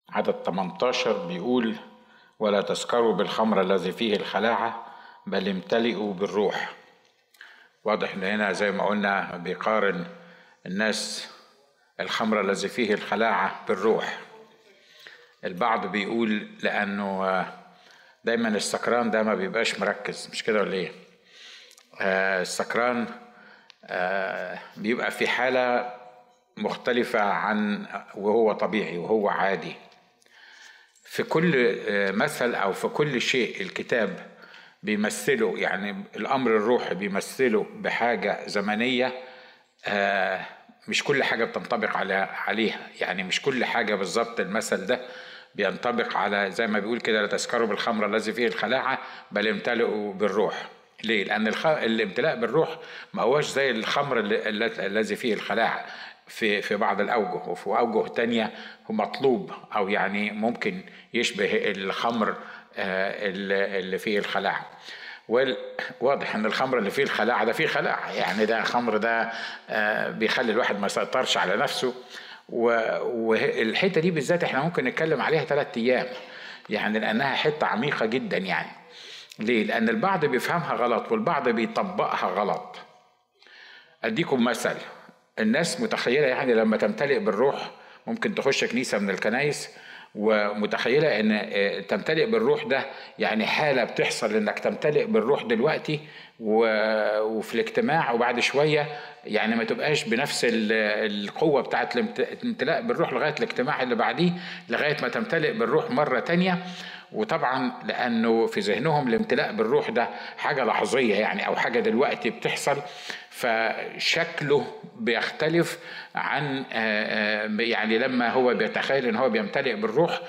عدد 18 بيقول: ولا تسكروا بالخمر الذي فيه الخلاعة بل امتلئوا بالروح. واضح ان هنا زي ما قلنا بيقارن الناس الخمر الذي فيه الخلاعة بالروح. البعض بيقول لانه دايما السكران ده ما بيبقاش مركز، مش كده ولا ايه؟ السكران بيبقى في حالة مختلفة عن وهو طبيعي وهو عادي. في كل مثل او في كل شيء الكتاب بيمثله، يعني الامر الروحي بيمثله بحاجة زمنية، مش كل حاجة بتنطبق عليها. يعني مش كل حاجة بالظبط المثل ده بينطبق على، زي ما بيقول كده: لا تسكروا بالخمر الذي فيه الخلاعة بل امتلئوا بالروح. ليه؟ لأن الامتلاء بالروح ما هوش زي الخمر الذي فيه الخلاعة في بعض الأوجه، وفي أوجه تانية هو مطلوب، أو يعني ممكن يشبه الخمر اللي فيه الخلاعة. واضح ان الخمر اللي فيه الخلاعة ده فيه خلاعة، يعني ده خمر ده بيخلي الواحد ما يسيطرش على نفسه. والحتة دي بالذات احنا ممكن نتكلم عليها 3 أيام، يعني لأنها حتة عميقة جدا. يعني ليه؟ لأن البعض بيفهمها غلط والبعض بيطبقها غلط. أديكم مثل: الناس متخيلة يعني لما تمتلئ بالروح ممكن تخش كنيسة من الكنائس ومتخيلة ان تمتلئ بالروح ده يعني حالة بتحصل انك تمتلئ بالروح دلوقتي وفي الاجتماع، وبعد شوية يعني ما تبقاش بنفس القوة بتاعت الامتلاء بالروح لغاية الاجتماع اللي بعديه، لغاية ما تمتلئ بالروح مرة تانية. وطبعا لأنه في ذهنهم الامتلاء بالروح ده حاجة لحظية يعني، أو حاجة دلوقتي بتحصل، فشكله بيختلف عن يعني لما هو بيتخيل ان هو بيمتلئ بالروح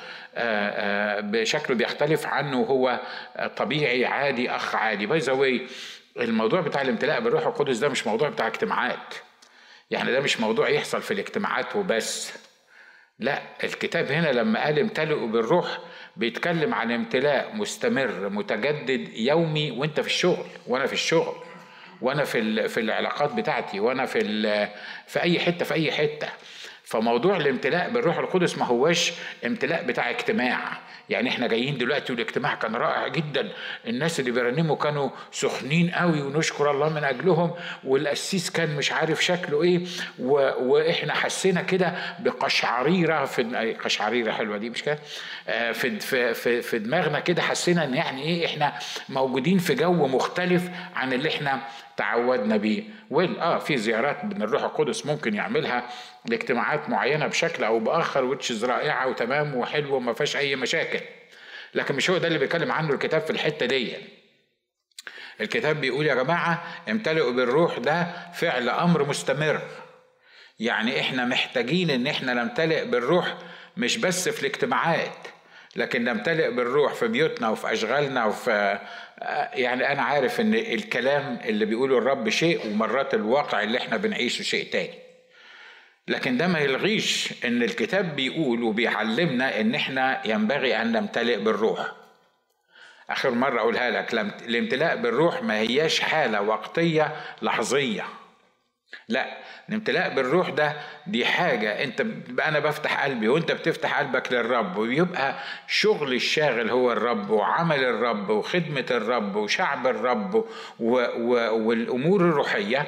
بشكله بيختلف عنه هو طبيعي عادي، اخ عادي. باي ذا واي، الموضوع بتاع الامتلاء بالروح القدس ده مش موضوع بتاع اجتماعات، يعني ده مش موضوع يحصل في الاجتماعات وبس. لا، الكتاب هنا لما قال امتلئوا بالروح بيتكلم عن امتلاء مستمر متجدد يومي، وانت في الشغل وانا في الشغل وانا في العلاقات بتاعتي وانا في اي حته في اي حته. فموضوع الامتلاء بالروح القدس ما هوش امتلاء بتاع اجتماع. يعني احنا جايين دلوقتي والاجتماع كان رائع جدا، الناس اللي بيرنموا كانوا سخنين قوي ونشكر الله من اجلهم، والقسيس كان مش عارف شكله ايه، واحنا حسينا كده بقشعريره في قشعريره حلوه دي مش كده، في دماغنا كده حسينا ان يعني ايه، احنا موجودين في جو مختلف عن اللي احنا تعودنا بيه. في زيارات من الروح القدس ممكن يعملها لاجتماعات معينة بشكل او باخر، وتشز رائعة وتمام وحلوة وما فيهاش اي مشاكل، لكن مش هو ده اللي بيتكلم عنه الكتاب في الحتة دي. الكتاب بيقول يا جماعة امتلئوا بالروح ده فعل امر مستمر. يعني احنا محتاجين ان احنا نمتلئ بالروح مش بس في الاجتماعات، لكن نمتلئ بالروح في بيوتنا وفي اشغالنا وفي يعني انا عارف ان الكلام اللي بيقوله الرب شيء، ومرات الواقع اللي احنا بنعيشه شيء تاني، لكن ده ما يلغيش ان الكتاب بيقول وبيعلمنا ان احنا ينبغي ان نمتلئ بالروح. اخر مرة اقولها لك، الامتلاء بالروح ما هياش حالة وقتية لحظية، لا، الامتلاء بالروح دي حاجة انت انا بفتح قلبي وانت بتفتح قلبك للرب، ويبقى شغل الشاغل هو الرب وعمل الرب وخدمة الرب وشعب الرب والامور الروحية،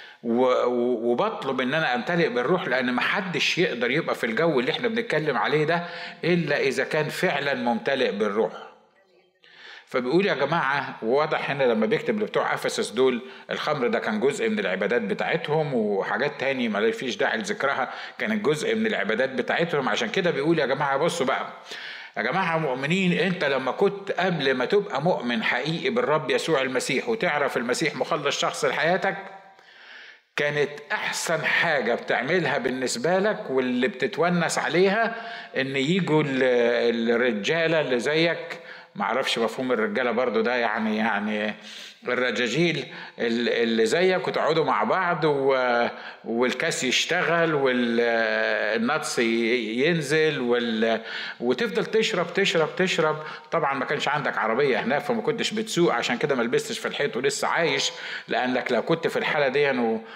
وبطلب ان انا امتلئ بالروح، لان محدش يقدر يبقى في الجو اللي احنا بنتكلم عليه ده الا اذا كان فعلا ممتلئ بالروح. فبيقول يا جماعة، وواضح هنا لما بيكتب لبتوع أفسس دول الخمر ده كان جزء من العبادات بتاعتهم، وحاجات تاني ما فيش داعي لذكرها كانت جزء من العبادات بتاعتهم. عشان كده بيقول يا جماعة بصوا بقى يا جماعة مؤمنين، انت لما كنت قبل ما تبقى مؤمن حقيقي بالرب يسوع المسيح وتعرف المسيح مخلص شخص لحياتك، كانت احسن حاجة بتعملها بالنسبة لك واللي بتتونس عليها ان يجوا الرجالة اللي زيك، معرفش مفهوم الرجالة برضو ده يعني الرجاجيل اللي زيك وتقعدوا مع بعض والكاس يشتغل والنطس ينزل وتفضل تشرب تشرب تشرب. طبعا ما كانش عندك عربية هناك فما كنتش بتسوق، عشان كده ما لبستش في الحيط ولسه عايش، لأنك لو كنت في الحالة دي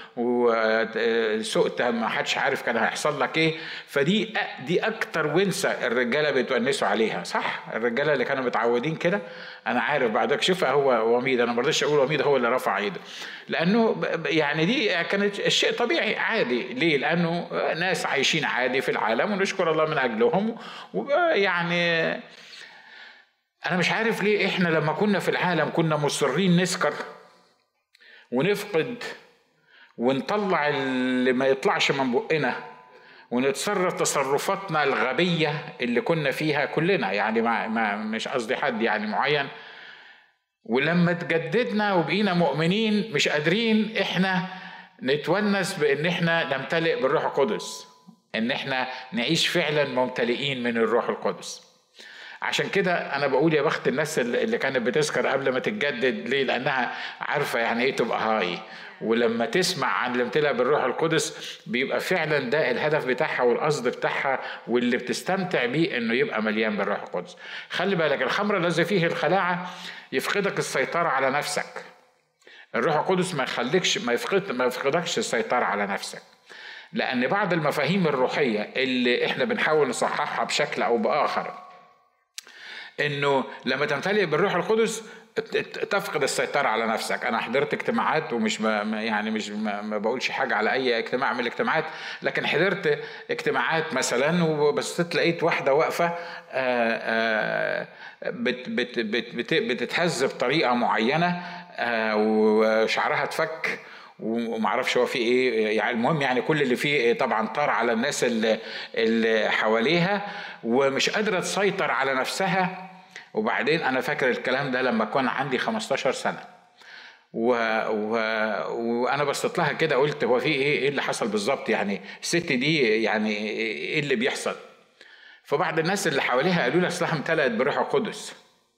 وسقت ما حدش عارف كان هيحصل لك ايه. فدي أكتر ونسة الرجالة بيتونسوا عليها، صح؟ الرجالة اللي كانوا متعودين كده. أنا عارف بعدك شوفها هو وميد، أنا مرضيش أقول وميد هو اللي رفع ايده، لأنه يعني دي كانت الشيء طبيعي عادي. ليه؟ لأنه ناس عايشين عادي في العالم ونشكر الله من أجلهم. ويعني أنا مش عارف ليه إحنا لما كنا في العالم كنا مصرين نسكر ونفقد ونطلع اللي ما يطلعش من بقنا ونتصرف تصرفاتنا الغبية اللي كنا فيها كلنا، يعني ما مش قصدي حد يعني معين. ولما تجددنا وبقينا مؤمنين مش قادرين احنا نتونس بان احنا نمتلئ بالروح القدس، ان احنا نعيش فعلا ممتلئين من الروح القدس. عشان كده انا بقول يا بخت الناس اللي كانت بتسكر قبل ما تتجدد. ليه؟ لانها عارفه يعني ايه تبقى هاي، ولما تسمع عن الامتلاء بالروح القدس بيبقى فعلا ده الهدف بتاعها والقصد بتاعها، واللي بتستمتع بيه انه يبقى مليان بالروح القدس. خلي بالك الخمر الذي فيه الخلاعه يفقدك السيطره على نفسك. الروح القدس ما يفقدكش السيطره على نفسك، لان بعض المفاهيم الروحيه اللي احنا بنحاول نصححها بشكل او باخر انه لما تمتلئ بالروح القدس تفقد السيطرة على نفسك. انا حضرت اجتماعات ومش ما بقولش حاجة على اي اجتماع من الاجتماعات، لكن حضرت اجتماعات مثلا وبس لقيت واحدة واقفة بتتهز بطريقة معينة وشعرها اتفك ومعرفش هو في ايه يعني. المهم يعني كل اللي فيه طبعا طار على الناس اللي حواليها ومش قادرة تسيطر على نفسها. وبعدين انا فاكر الكلام ده لما كان عندي 15 سنة وانا بصيت لها كده قلت هو في ايه اللي حصل بالظبط؟ يعني الست دي يعني ايه اللي بيحصل؟ فبعض الناس اللي حواليها قالوا لي اصلها امتلأت بروح القدس.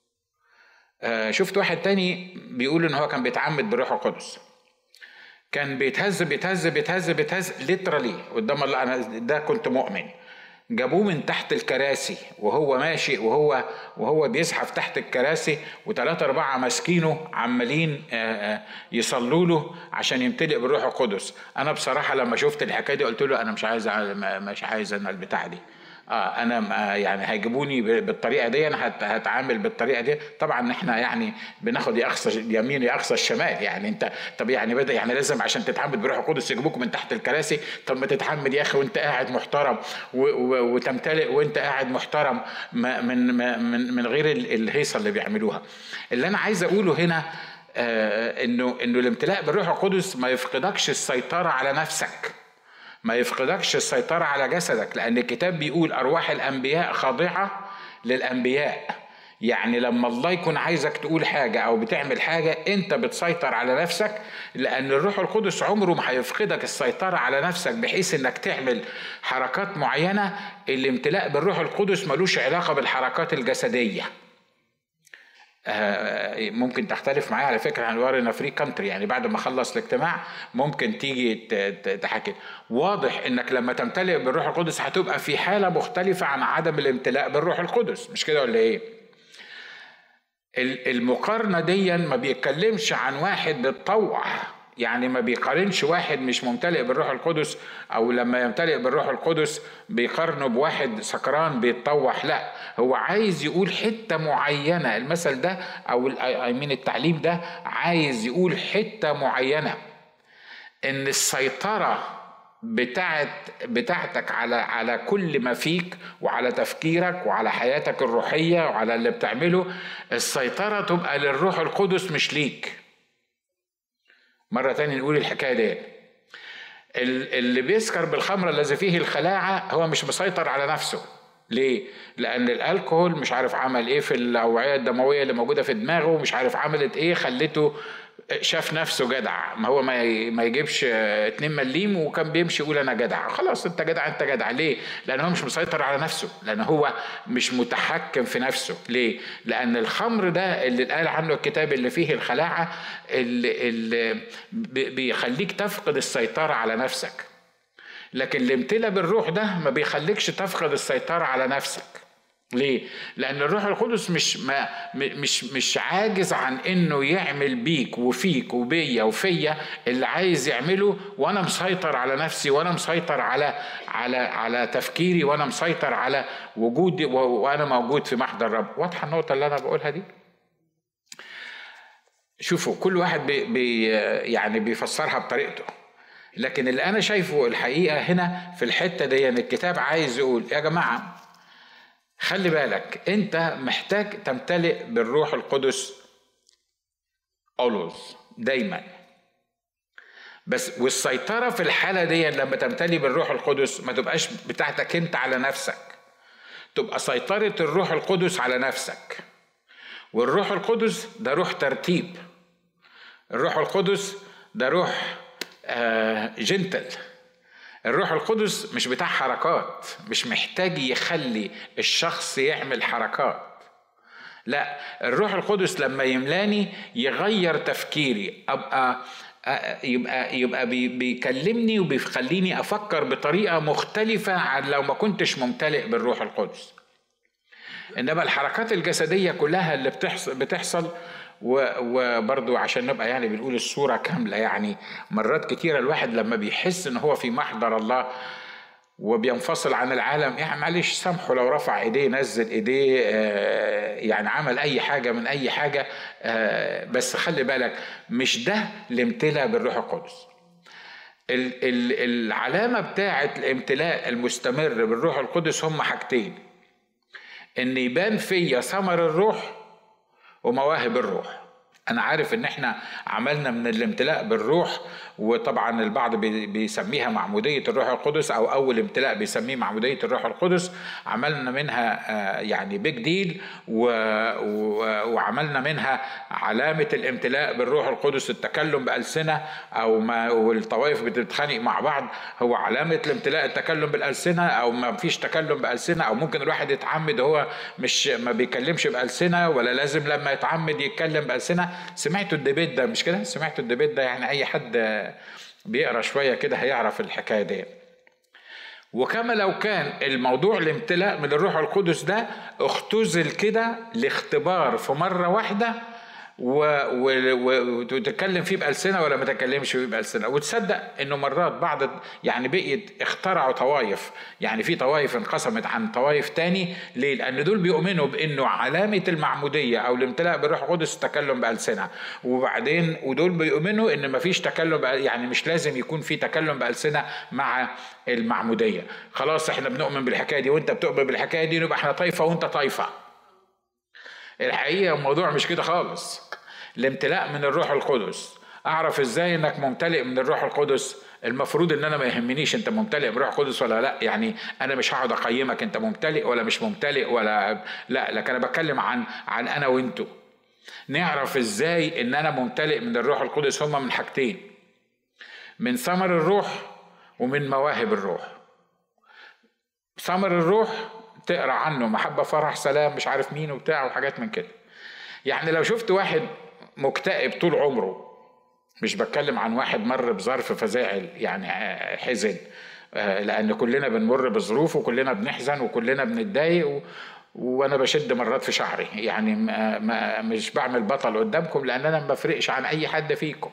شفت واحد تاني بيقول ان هو كان بيتعمد بروح القدس، كان بيتهز بيتهز بيتهز بيتهز ليترالي قدام الله. انا ده كنت مؤمن. جابوه من تحت الكراسي وهو ماشي وهو بيزحف تحت الكراسي وثلاثة أربعة ماسكينه عمالين يصلوا له عشان يمتلئ بالروح القدس. أنا بصراحة لما شفت الحكاية دي قلت له أنا مش عايز أنا البتاع دي. انا يعني هيجيبوني بالطريقه دي، انا هتعامل بالطريقه دي. طبعا احنا يعني بناخد يا اقصى اليمين يا اقصى الشمال. يعني انت طب يعني بدا يعني لازم عشان تتعمد بروح القدس يجيبوك من تحت الكراسي؟ طب ما تتعمد يا اخي وانت قاعد محترم وتمتلئ وانت قاعد محترم من غير الهيصه اللي بيعملوها. اللي انا عايز اقوله هنا انه الامتلاء بالروح القدس ما يفقدكش السيطره على نفسك، ما يفقدكش السيطرة على جسدك، لأن الكتاب بيقول أرواح الأنبياء خاضعة للأنبياء. يعني لما الله يكون عايزك تقول حاجة أو بتعمل حاجة أنت بتسيطر على نفسك، لأن الروح القدس عمره ما هيفقدك السيطرة على نفسك بحيث أنك تعمل حركات معينة. الامتلاء بالروح القدس ملوش علاقة بالحركات الجسدية. ممكن تختلف معايا على فكرة عن وارنا فري كانتري، يعني بعد ما خلص الاجتماع ممكن تيجي تحكي. واضح انك لما تمتلئ بالروح القدس هتبقى في حالة مختلفة عن عدم الامتلاء بالروح القدس، مش كده ولا ايه؟ المقارنة دي ما بيتكلمش عن واحد بيتطوع، يعني ما بيقارنش واحد مش ممتلئ بالروح القدس او لما يمتلئ بالروح القدس بيقارنه بواحد سكران بيتطوح. لا، هو عايز يقول حتة معينة. المثل ده او التعليم ده عايز يقول حتة معينة، ان السيطرة بتاعتك على كل ما فيك وعلى تفكيرك وعلى حياتك الروحية وعلى اللي بتعمله، السيطرة تبقى للروح القدس مش ليك. مرة تانية نقول الحكاية دي. اللي بيسكر بالخمر الذي فيه الخلاعة هو مش مسيطر على نفسه. ليه؟ لأن الألكوهول مش عارف عمل إيه في الأوعية الدموية اللي موجودة في دماغه، مش عارف عملت إيه خلته شاف نفسه جدع، ما هو ما يجيبش 2 مليم وكان بيمشي يقول انا جدع. خلاص انت جدع، انت جدع. ليه؟ لان هو مش مسيطر على نفسه، لان هو مش متحكم في نفسه. ليه؟ لان الخمر ده اللي قال عنه الكتاب اللي فيه الخلاعة، اللي بيخليك تفقد السيطرة على نفسك. لكن الامتلاء بالروح ده ما بيخليكش تفقد السيطرة على نفسك. ليه؟ لأن الروح القدس مش عاجز عن إنه يعمل بيك وفيك وبيا وفيا اللي عايز يعمله، وأنا مسيطر على نفسي، وأنا مسيطر على تفكيري، وأنا مسيطر على وجودي، وأنا موجود في محضر الرب. واضحة النقطة اللي أنا بقولها دي؟ شوفوا كل واحد يعني بيفسرها بطريقته، لكن اللي أنا شايفه الحقيقة هنا في الحتة دي أن الكتاب عايز يقول يا جماعة خلي بالك، انت محتاج تمتلئ بالروح القدس always، دايما. بس والسيطرة في الحالة دي لما تمتلئ بالروح القدس ما تبقاش بتاعتك انت على نفسك، تبقى سيطرة الروح القدس على نفسك. والروح القدس ده روح ترتيب، الروح القدس ده روح جنتل، الروح القدس مش بتاع حركات، مش محتاج يخلي الشخص يعمل حركات. لا، الروح القدس لما يملاني يغير تفكيري، يبقى بيكلمني وبيخليني أفكر بطريقة مختلفة عن لو ما كنتش ممتلئ بالروح القدس. إنما الحركات الجسدية كلها اللي بتحصل وبرضو عشان نبقى يعني بنقول الصورة كاملة، يعني مرات كتيرة الواحد لما بيحس ان هو في محضر الله وبينفصل عن العالم، يعني معلش سامحه لو رفع ايديه، نزل ايديه، يعني عمل اي حاجة من اي حاجة، بس خلي بالك مش ده الامتلاء بالروح القدس. العلامة بتاعة الامتلاء المستمر بالروح القدس هم حاجتين: ان يبان فيا ثمر الروح ومواهب الروح. أنا عارف إن إحنا عملنا من الامتلاء بالروح، وطبعا البعض بيسميها معمودية الروح القدس، أو أول امتلاء بيسميه معمودية الروح القدس. عملنا منها يعني بيج ديل، وعملنا منها علامة الامتلاء بالروح القدس التكلم بألسنة، أو ما والطوائف بتتخانق مع بعض، هو علامة الامتلاء التكلم بالألسنة، أو ما فيش تكلم بألسنة، أو ممكن الواحد يتعمد هو مش ما بيكلمش بألسنة، ولا لازم لما يتعمد يتكلم بألسنة. سمعتوا الدبيت ده مش كده؟ سمعتوا الدبيت ده؟ يعني اي حد بيقرأ شوية كده هيعرف الحكاية دي. وكما لو كان الموضوع الامتلاء من الروح القدس ده اختزل كده لاختبار في مرة واحدة، وتتكلم فيه بألسنة ولا ما تتكلمش فيه بألسنة، وتصدق انه مرات بعض يعني بقيت اخترعوا طوائف، يعني في طوائف انقسمت عن طوائف تاني. ليه؟ لأن دول بيؤمنوا بأنه علامة المعمودية أو الامتلاء بالروح القدس التكلم بألسنة، وبعدين ودول بيؤمنوا ان ما فيش تكلم، يعني مش لازم يكون في تكلم بألسنة مع المعمودية. خلاص احنا بنؤمن بالحكاية دي وانت بتؤمن بالحكاية دي، نبقى احنا طائفة وانت طائفة. الحقيقة الموضوع مش كده خالص. الامتلاء من الروح القدس، اعرف ازاي انك ممتلئ من الروح القدس؟ المفروض ان انا ما يهمنيش انت ممتلئ بالروح القدس ولا لا، يعني انا مش هقعد اقيمك انت ممتلئ ولا مش ممتلئ ولا لا، لكن انا بتكلم عن انا وانتو. نعرف ازاي ان انا ممتلئ من الروح القدس؟ هما من حاجتين: من ثمر الروح ومن مواهب الروح. ثمر الروح تقرأ عنه محبة، فرح، سلام، مش عارف مين وبتاع وحاجات من كده. يعني لو شفت واحد مكتئب طول عمره، مش بتكلم عن واحد مر بظرف فزاعل يعني حزن، لأن كلنا بنمر بظروف وكلنا بنحزن وكلنا بنتضايق، وأنا بشد مرات في شعري، يعني مش بعمل بطل قدامكم لأن أنا ما بفرقش عن أي حد فيكم.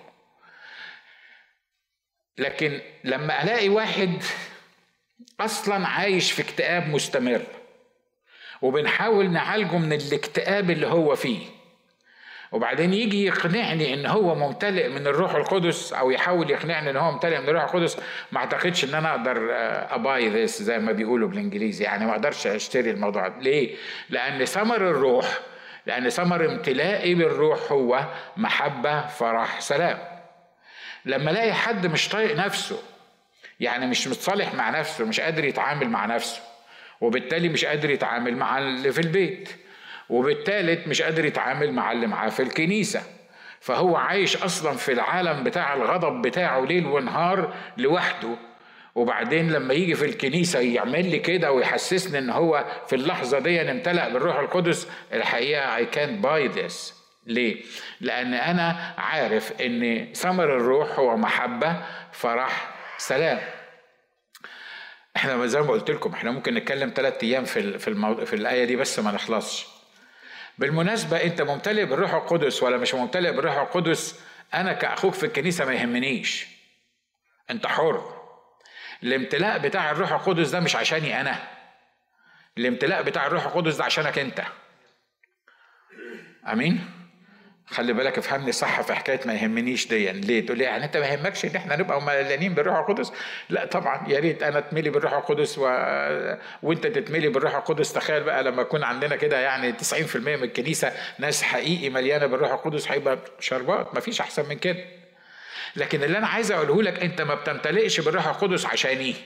لكن لما ألاقي واحد أصلا عايش في اكتئاب مستمر وبنحاول نعالجه من الاكتئاب اللي هو فيه، وبعدين يجي يقنعني ان هو ممتلئ من الروح القدس، او يحاول يقنعني ان هو ممتلئ من الروح القدس، ما اعتقدش ان انا اقدر اباي ذس زي ما بيقولوا بالانجليزي، يعني ما اقدرش اشتري الموضوع. ليه؟ لان ثمر امتلائي بالروح هو محبة، فرح، سلام. لما الاقي حد مش طايق نفسه، يعني مش متصالح مع نفسه، مش قادر يتعامل مع نفسه، وبالتالي مش قادر يتعامل مع اللي في البيت، وبالتالي مش قادر يتعامل مع اللي معاه في الكنيسة، فهو عايش اصلا في العالم بتاع الغضب بتاعه ليل ونهار لوحده، وبعدين لما يجي في الكنيسة يعمل لي كده ويحسسني ان هو في اللحظة دي امتلأ بالروح القدس. الحقيقة I can't buy this. ليه؟ لأن أنا عارف ان ثمر الروح هو محبة، فرح، سلام. احنا زي ما قلت لكم احنا ممكن نتكلم 3 أيام في الآية دي بس ما نخلصش. بالمناسبة انت ممتلئ بالروح القدس ولا مش ممتلئ بالروح القدس، انا كأخوك في الكنيسة ما يهمنيش، انت حر. الامتلاء بتاع الروح القدس ده مش عشاني انا، الامتلاء بتاع الروح القدس ده عشانك انت. امين. خلي بالك افهمني صح في حكايه ما يهمنيش دي. ليه تقول لي يعني انت ما يهمكش ان احنا نبقى مليانين بالروح القدس؟ لا طبعا، يا ريت انا اتملي بالروح القدس وانت تتملي بالروح القدس. تخيل بقى لما يكون عندنا كده يعني 90% من الكنيسه ناس حقيقي مليانه بالروح القدس، هيبقى شربات، مفيش احسن من كده. لكن اللي انا عايز اقوله لك، انت ما بتمتلئش بالروح القدس عشاني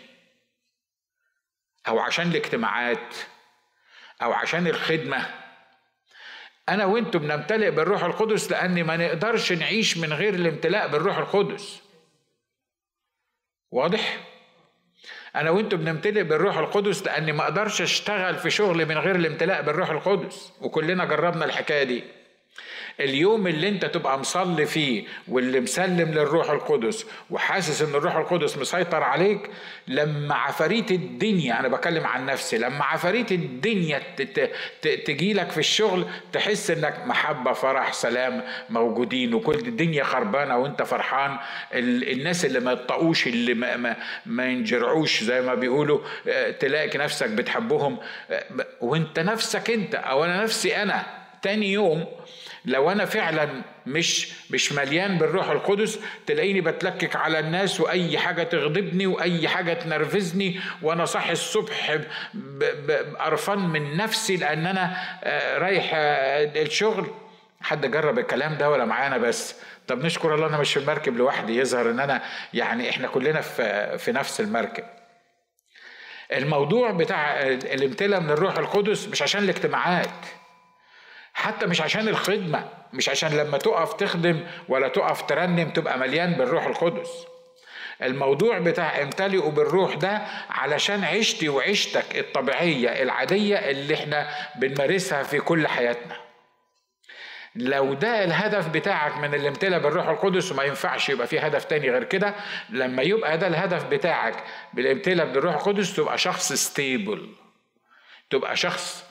او عشان الاجتماعات او عشان الخدمه. انا وانتم بنمتلئ بالروح القدس لان ما نقدرش نعيش من غير الامتلاء بالروح القدس. واضح؟ انا وانتم بنمتلئ بالروح القدس لاني ما اقدرش اشتغل في شغل من غير الامتلاء بالروح القدس، وكلنا جربنا الحكايه دي. اليوم اللي انت تبقى مصلي فيه واللي مسلم للروح القدس وحاسس ان الروح القدس مسيطر عليك، لما عفاريت الدنيا، انا بكلم عن نفسي، لما عفاريت الدنيا تجيلك في الشغل تحس انك محبة، فرح، سلام موجودين، وكل الدنيا خربانة وانت فرحان. الناس اللي ما يطقوش، اللي ما ينجرعوش زي ما بيقولوا، تلاقي نفسك بتحبهم، وانت نفسك انت او انا نفسي انا. تاني يوم لو انا فعلا مش مليان بالروح القدس، تلاقيني بتلكك على الناس، واي حاجه تغضبني واي حاجه تنرفزني، وانا صاحي الصبح قرفان من نفسي لان انا رايح الشغل. حد جرب الكلام ده ولا معانا بس؟ طب نشكر الله انا مش في المركب لوحدي، يظهر ان انا يعني احنا كلنا في نفس المركب. الموضوع بتاع الامتلاء من الروح القدس مش عشان الاجتماعات، حتى مش عشان الخدمة، مش عشان لما تقف تخدم ولا تقف ترنم تبقى مليان بالروح القدس. الموضوع بتاع امتلئوا بالروح ده علشان عيشتي وعيشتك الطبيعية العادية اللي احنا بنمارسها في كل حياتنا. لو ده الهدف بتاعك من الامتلاء بالروح القدس، وما ينفعش يبقى فيه هدف تاني غير كده، لما يبقى ده الهدف بتاعك بالامتلاء بالروح القدس، تبقى شخص ستيبل. تبقى شخص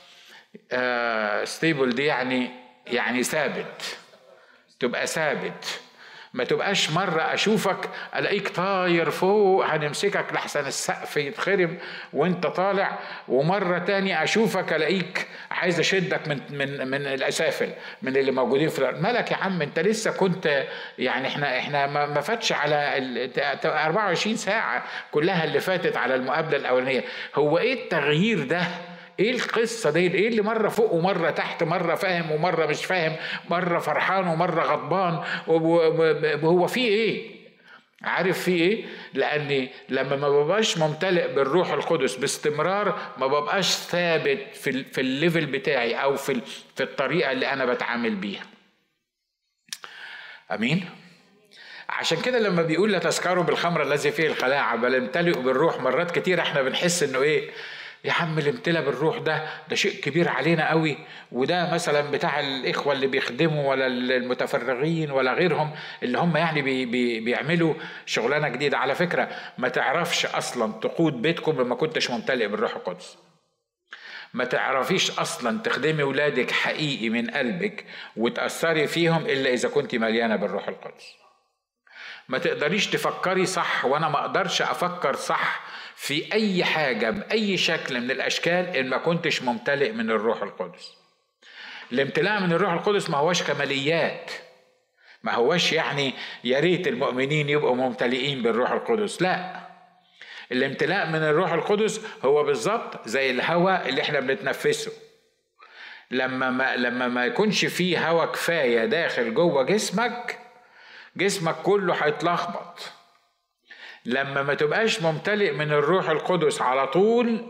ستيبل دي يعني ثابت. تبقى ثابت، ما تبقاش مرة أشوفك ألاقيك طاير فوق هنمسكك لحسن السقف يتخرم وانت طالع، ومرة تانية أشوفك ألاقيك عايز أشدك من الأسافل من اللي موجودين في الأرض. مالك يا عم؟ انت لسه كنت يعني احنا ما فاتش على 24 ساعة كلها اللي فاتت على المقابلة الأولانية. هو ايه التغيير ده؟ ايه القصة دي؟ ايه اللي مرة فوق ومرة تحت، مرة فاهم ومرة مش فاهم، مرة فرحان ومرة غضبان، وهو في ايه؟ عارف في ايه؟ لاني لما ما ببقاش ممتلئ بالروح القدس باستمرار، ما ببقاش ثابت في الليفل بتاعي او في الطريقة اللي انا بتعامل بيها. امين. عشان كده لما بيقول لا تسكروا بالخمر الذي فيه الخلاعة بل امتلئوا بالروح، مرات كتير احنا بنحس انه ايه يا عم الامتلاء بالروح ده شيء كبير علينا قوي، وده مثلا بتاع الاخوه اللي بيخدموا ولا المتفرغين ولا غيرهم اللي هم يعني بيعملوا شغلانه جديده. على فكره ما تعرفش اصلا تقود بيتكم لما كنتش ممتلئ بالروح القدس. ما تعرفيش اصلا تخدمي ولادك حقيقي من قلبك وتاثري فيهم الا اذا كنت مليانه بالروح القدس. ما تقدريش تفكري صح، وانا ما اقدرش افكر صح في اي حاجة باي شكل من الاشكال ان ما كنتش ممتلئ من الروح القدس. الامتلاء من الروح القدس ما هوش كماليات، ما هوش يعني يا ريت المؤمنين يبقوا ممتلئين بالروح القدس، لا. الامتلاء من الروح القدس هو بالظبط زي الهواء اللي احنا بنتنفسه. لما ما يكونش فيه هواء كفاية داخل جوه جسمك كله هيتلخبط. لما ما تبقاش ممتلئ من الروح القدس على طول،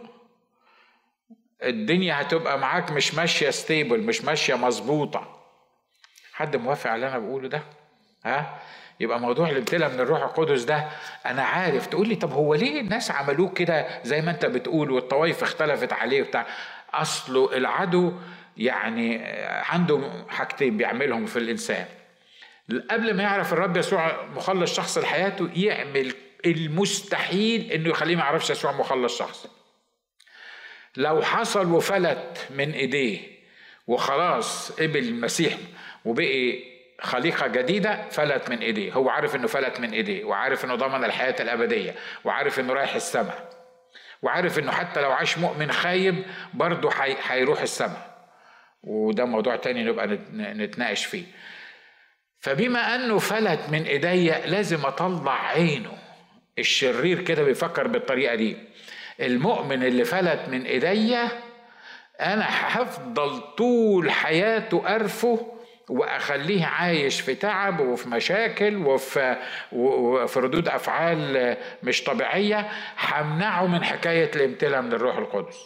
الدنيا هتبقى معاك مش ماشية ستيبل، مش ماشية مظبوطة، حد موافق على اللي انا بقوله ده؟ ها؟ يبقى موضوع الامتلاء من الروح القدس ده انا عارف. تقول لي طب هو ليه الناس عملوه كده زي ما انت بتقول والطوائف اختلفت عليه وبتاع؟ اصله العدو يعني عنده حاجتين بيعملهم في الانسان. قبل ما يعرف الرب يسوع مخلص شخص لحياته يعمل المستحيل انه يخليه ما يعرفش يسوع مخلص شخص. لو حصل وفلت من ايديه وخلاص قبل المسيح وبقي خليقة جديدة، فلت من ايديه، هو عارف انه فلت من ايديه، وعارف انه ضمن الحياة الابدية، وعارف انه رايح السماء، وعارف انه حتى لو عاش مؤمن خايب برضه هيروح السماء. وده موضوع تاني نبقى نتناقش فيه. فبما انه فلت من ايديا لازم اطلع عينه. الشرير كده بيفكر بالطريقة دي، المؤمن اللي فلت من ايديا انا هفضل طول حياته ارفه واخليه عايش في تعب وفي مشاكل وفي ردود افعال مش طبيعيه، همنعه من حكايه الامتلاء من الروح القدس.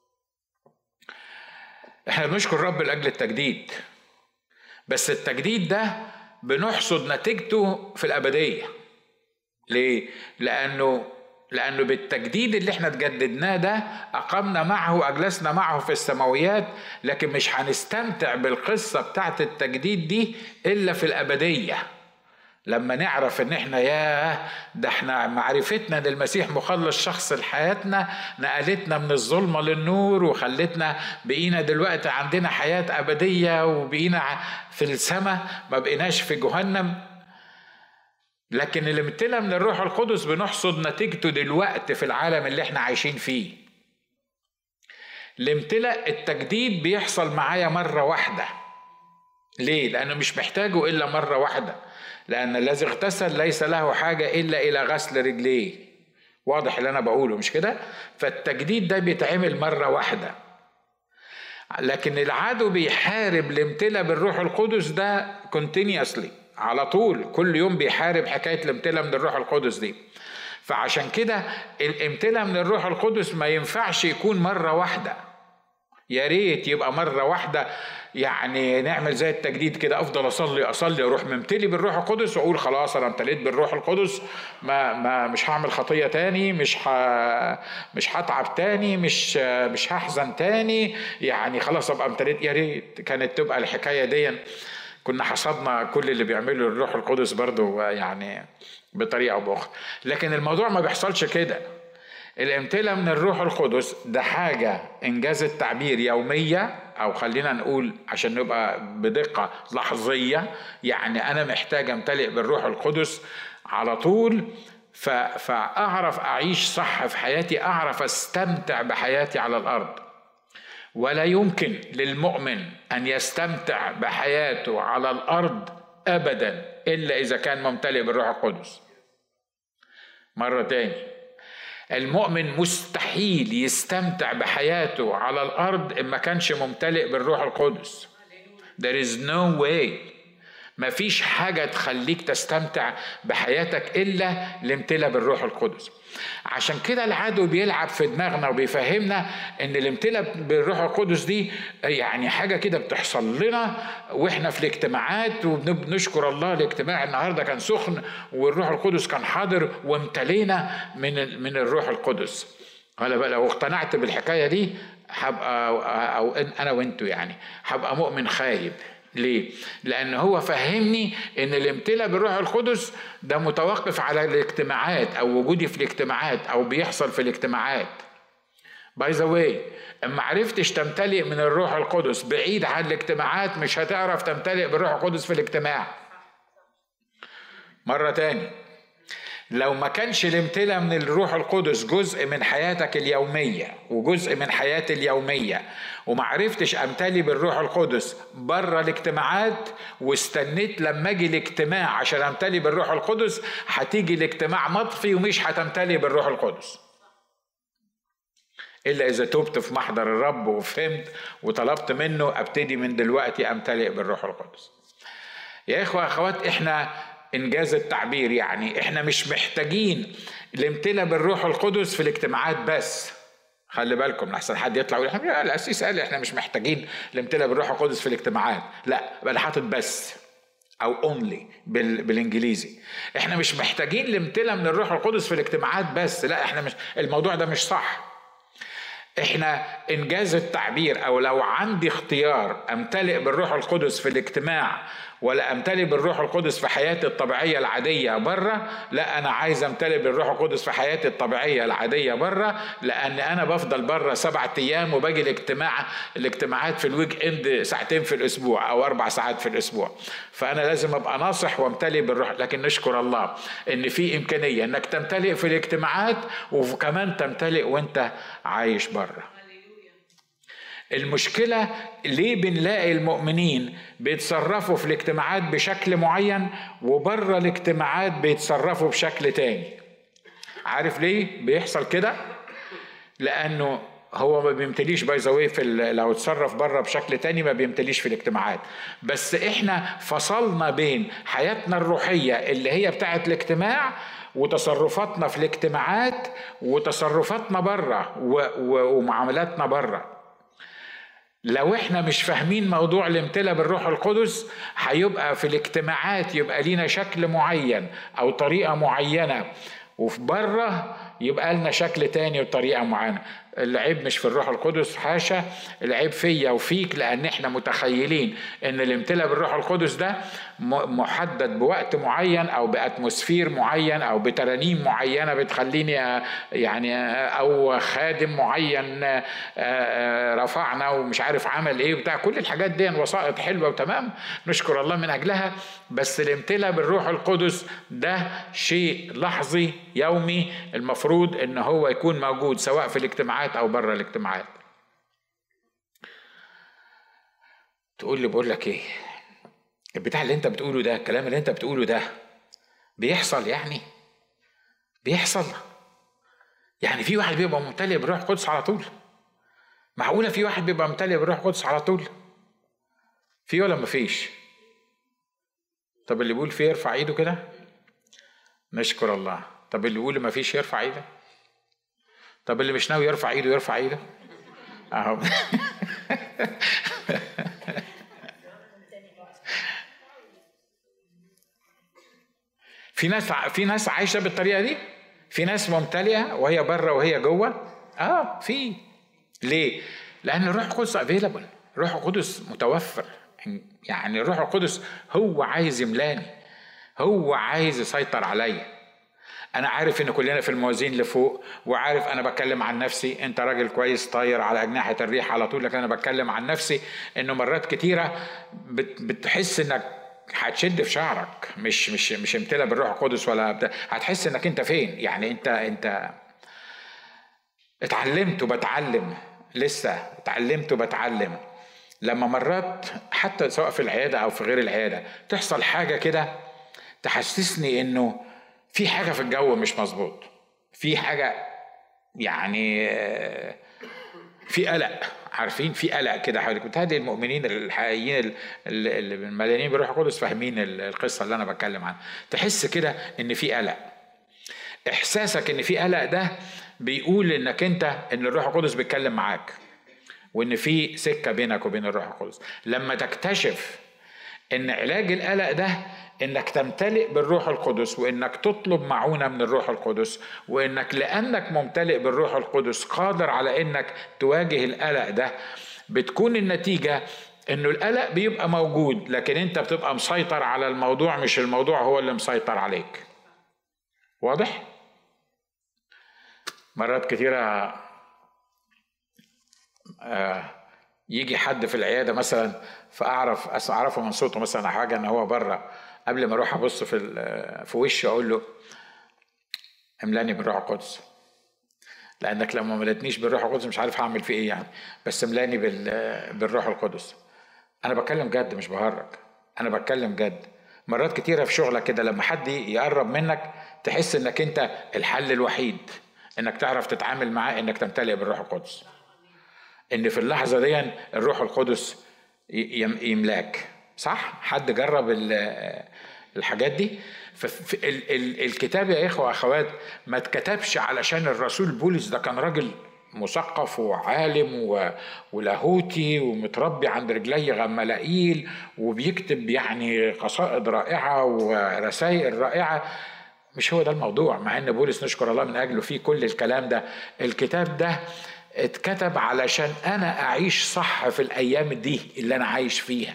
احنا بنشكر رب لاجل التجديد، بس التجديد ده بنحصد نتيجته في الابديه. ليه؟ لأنه بالتجديد اللي احنا تجددناه ده أقمنا معه وأجلسنا معه في السماويات، لكن مش هنستمتع بالقصة بتاعت التجديد دي إلا في الأبدية، لما نعرف إن احنا ده احنا معرفتنا للمسيح مخلص شخص لحياتنا نقلتنا من الظلمة للنور، وخلتنا بقينا دلوقتي عندنا حياة أبدية، وبقينا في السماء، ما بقيناش في جهنم. لكن الامتلاء من الروح القدس بنحصد نتيجته دلوقتي في العالم اللي احنا عايشين فيه. الامتلاء التجديد بيحصل معايا مرة واحدة. ليه؟ لأنه مش محتاجه إلا مرة واحدة، لأن الذي اغتسل ليس له حاجة إلا إلى غسل رجليه. واضح اللي أنا بقوله مش كده؟ فالتجديد ده بيتعمل مرة واحدة. لكن العدو بيحارب الامتلاء بالروح القدس ده continuously، على طول، كل يوم بيحارب حكاية الامتلاء من الروح القدس دي. فعشان كده الامتلاء من الروح القدس ما ينفعش يكون مرة واحدة. يا ريت يبقى مرة واحدة، يعني نعمل زي التجديد كده، افضل اصلي اروح ممتلي بالروح القدس واقول خلاص انا امتليت بالروح القدس، مش هعمل خطية تاني، مش هتعب تاني، مش هحزن تاني، يعني خلاص ابقى امتليت. يا ريت كانت تبقى الحكاية دي، كنا حصدنا كل اللي بيعمله الروح القدس برضو يعني بطريقة أو بأخرى. لكن الموضوع ما بيحصلش كده. الامتلاء من الروح القدس ده حاجة إنجاز التعبير يومية، أو خلينا نقول عشان نبقى بدقة لحظية. يعني أنا محتاج أمتلئ بالروح القدس على طول، فأعرف أعيش صح في حياتي، أعرف أستمتع بحياتي على الأرض. ولا يمكن للمؤمن أن يستمتع بحياته على الأرض أبدا إلا إذا كان ممتلئ بالروح القدس. مرة تاني، المؤمن مستحيل يستمتع بحياته على الأرض إن ما كانش ممتلئ بالروح القدس. There is no way. ما فيش حاجة تخليك تستمتع بحياتك إلا الامتلاء بالروح القدس. عشان كده العدو بيلعب في دماغنا وبيفهمنا ان الامتلاء بالروح القدس دي يعني حاجة كده بتحصل لنا واحنا في الاجتماعات، وبنشكر الله الاجتماع النهاردة كان سخن والروح القدس كان حاضر وامتلينا من الروح القدس. هلا بقى لو اقتنعت بالحكاية دي هبقى، او انا وانتو يعني، هبقى مؤمن خايب. ليه؟ لأن هو فهمني إن الامتلاء بالروح القدس ده متوقف على الاجتماعات أو وجودي في الاجتماعات أو بيحصل في الاجتماعات. باي ذا واي، اما عرفتش تمتلئ من الروح القدس بعيد عن الاجتماعات مش هتعرف تمتلئ بالروح القدس في الاجتماع. مرة تاني، لو ما كانش الامتلاء من الروح القدس جزء من حياتك اليومية وجزء من حياتي اليومية، وما عرفتش امتلي بالروح القدس بره الاجتماعات واستنيت لما اجي الاجتماع عشان امتلي بالروح القدس، هتيجي الاجتماع مطفي ومش هتمتلي بالروح القدس الا اذا تبت في محضر الرب وفهمت وطلبت منه ابتدي من دلوقتي امتلئ بالروح القدس. يا اخوة اخوات، احنا انجاز التعبير يعني احنا مش محتاجين الامتلاء بالروح القدس في الاجتماعات بس. خلي بالكم لحسن حد يطلع يقول القسيس قال احنا مش محتاجين الامتلاء بالروح القدس في الاجتماعات. لا، بقى حاطط بس. او only بالانجليزي. احنا مش محتاجين الامتلاء من الروح القدس في الاجتماعات بس، لا احنا مش، الموضوع ده مش صح. احنا انجاز التعبير، او لو عندي اختيار امتلئ بالروح القدس في الاجتماع ولا امتلئ بالروح القدس في حياتي الطبيعيه العاديه بره، لا انا عايز امتلئ بالروح القدس في حياتي الطبيعيه العاديه بره، لان انا بفضل بره 7 ايام وباجي الاجتماعات في الويك اند ساعتين في الاسبوع او 4 ساعات في الاسبوع، فانا لازم ابقى ناصح وامتلئ بالروح. لكن نشكر الله ان في امكانيه انك تمتلئ في الاجتماعات وكمان تمتلئ وانت عايش بره. المشكلة ليه بنلاقي المؤمنين بيتصرفوا في الاجتماعات بشكل معين وبره الاجتماعات بيتصرفوا بشكل تاني؟ عارف ليه بيحصل كده؟ لأنه هو ما بيمتليش باي لو اتصرف بره بشكل تاني ما بيمتليش في الاجتماعات، بس احنا فصلنا بين حياتنا الروحية اللي هي بتاعت الاجتماع وتصرفاتنا في الاجتماعات وتصرفاتنا بره ومعاملاتنا بره. لو احنا مش فاهمين موضوع الامتلاء بالروح القدس هيبقى في الاجتماعات يبقى لينا شكل معين او طريقة معينة، وفي بره يبقى لنا شكل تاني وطريقة معينة. العيب مش في الروح القدس، حاشا، العيب فيا وفيك، لان احنا متخيلين ان الامتلاء بالروح القدس ده محدد بوقت معين او باتموسفير معين او بترانيم معينة بتخليني يعني، او خادم معين رفعنا ومش عارف عمل ايه بتاع. كل الحاجات دي وسائط حلوة وتمام، نشكر الله من اجلها، بس الامتلاء بالروح القدس ده شيء لحظي يومي المفروض ان هو يكون موجود سواء في الاجتماعات او بره الاجتماعات. تقول لي بقول لك ايه البتاع اللي انت بتقوله ده، الكلام اللي انت بتقوله ده بيحصل؟ يعني بيحصل يعني في واحد بيبقى ممتلئ بالروح القدس على طول؟ معقولة في واحد بيبقى ممتلئ بالروح القدس على طول؟ في ولا مفيش؟ طب اللي بيقول فيه يرفع ايده كده، نشكر الله. طب اللي بيقول مفيش يرفع ايده. طب اللي مش ناوي يرفع ايده يرفع ايده اهو. في ناس عايشه بالطريقه دي، في ناس ممتلئه وهي بره وهي جوه. في ليه؟ لان الروح القدس افيلابل، الروح القدس متوفر. يعني الروح القدس هو عايز يملاني، هو عايز يسيطر عليا. انا عارف ان كلنا في الموازين لفوق، وعارف انا بتكلم عن نفسي، انت راجل كويس طاير على اجنحة الريح على طول، لكن انا بتكلم عن نفسي انه مرات كتيرة بتحس انك هتشد في شعرك، مش امتلأ بالروح القدس ولا هتحس انك انت فين. يعني انت اتعلمت وبتعلم، لسه اتعلمت وبتعلم. لما مرات حتى سواء في العيادة او في غير العيادة تحصل حاجة كده تحسسني انه في حاجة في الجو مش مظبوط، في حاجة يعني في قلق، عارفين في قلق كده حواليك. بتهدي المؤمنين الحقيقيين اللي مليانين بالروح القدس فاهمين القصة اللي أنا بتكلم عنها. تحس كده إن في قلق، إحساسك إن في قلق ده بيقول إنك إن الروح القدس بيتكلم معاك، وإن في سكة بينك وبين الروح القدس. لما تكتشف إن علاج القلق ده انك تمتلئ بالروح القدس، وانك تطلب معونة من الروح القدس، وانك لانك ممتلئ بالروح القدس قادر على انك تواجه القلق ده، بتكون النتيجة انه القلق بيبقى موجود لكن انت بتبقى مسيطر على الموضوع، مش الموضوع هو اللي مسيطر عليك. واضح؟ مرات كتيرة يجي حد في العيادة مثلا فأعرفه من صوته مثلا حاجة ان هو بره، قبل ما اروح ابص في وشه اقول له املاني بالروح القدس، لانك لما ملتنيش بالروح القدس مش عارف هعمل فيه ايه يعني، بس املاني بالروح القدس. انا بتكلم جد مش بهرج، انا بتكلم جد. مرات كتيرة في شغلك كده لما حد يقرب منك تحس انك انت الحل الوحيد انك تعرف تتعامل معاه انك تمتلئ بالروح القدس، ان في اللحظة دي الروح القدس يملاك. صح؟ حد جرب الحاجات دي؟ الكتاب يا اخوة واخوات ما اتكتبش علشان الرسول بولس ده كان راجل مثقف وعالم ولاهوتي ومتربي عند رجلي غملائيل وبيكتب يعني قصائد رائعة ورسائل رائعة. مش هو ده الموضوع، مع ان بولس نشكر الله من اجله فيه كل الكلام ده. الكتاب ده اتكتب علشان انا اعيش صح في الايام دي اللي انا عايش فيها،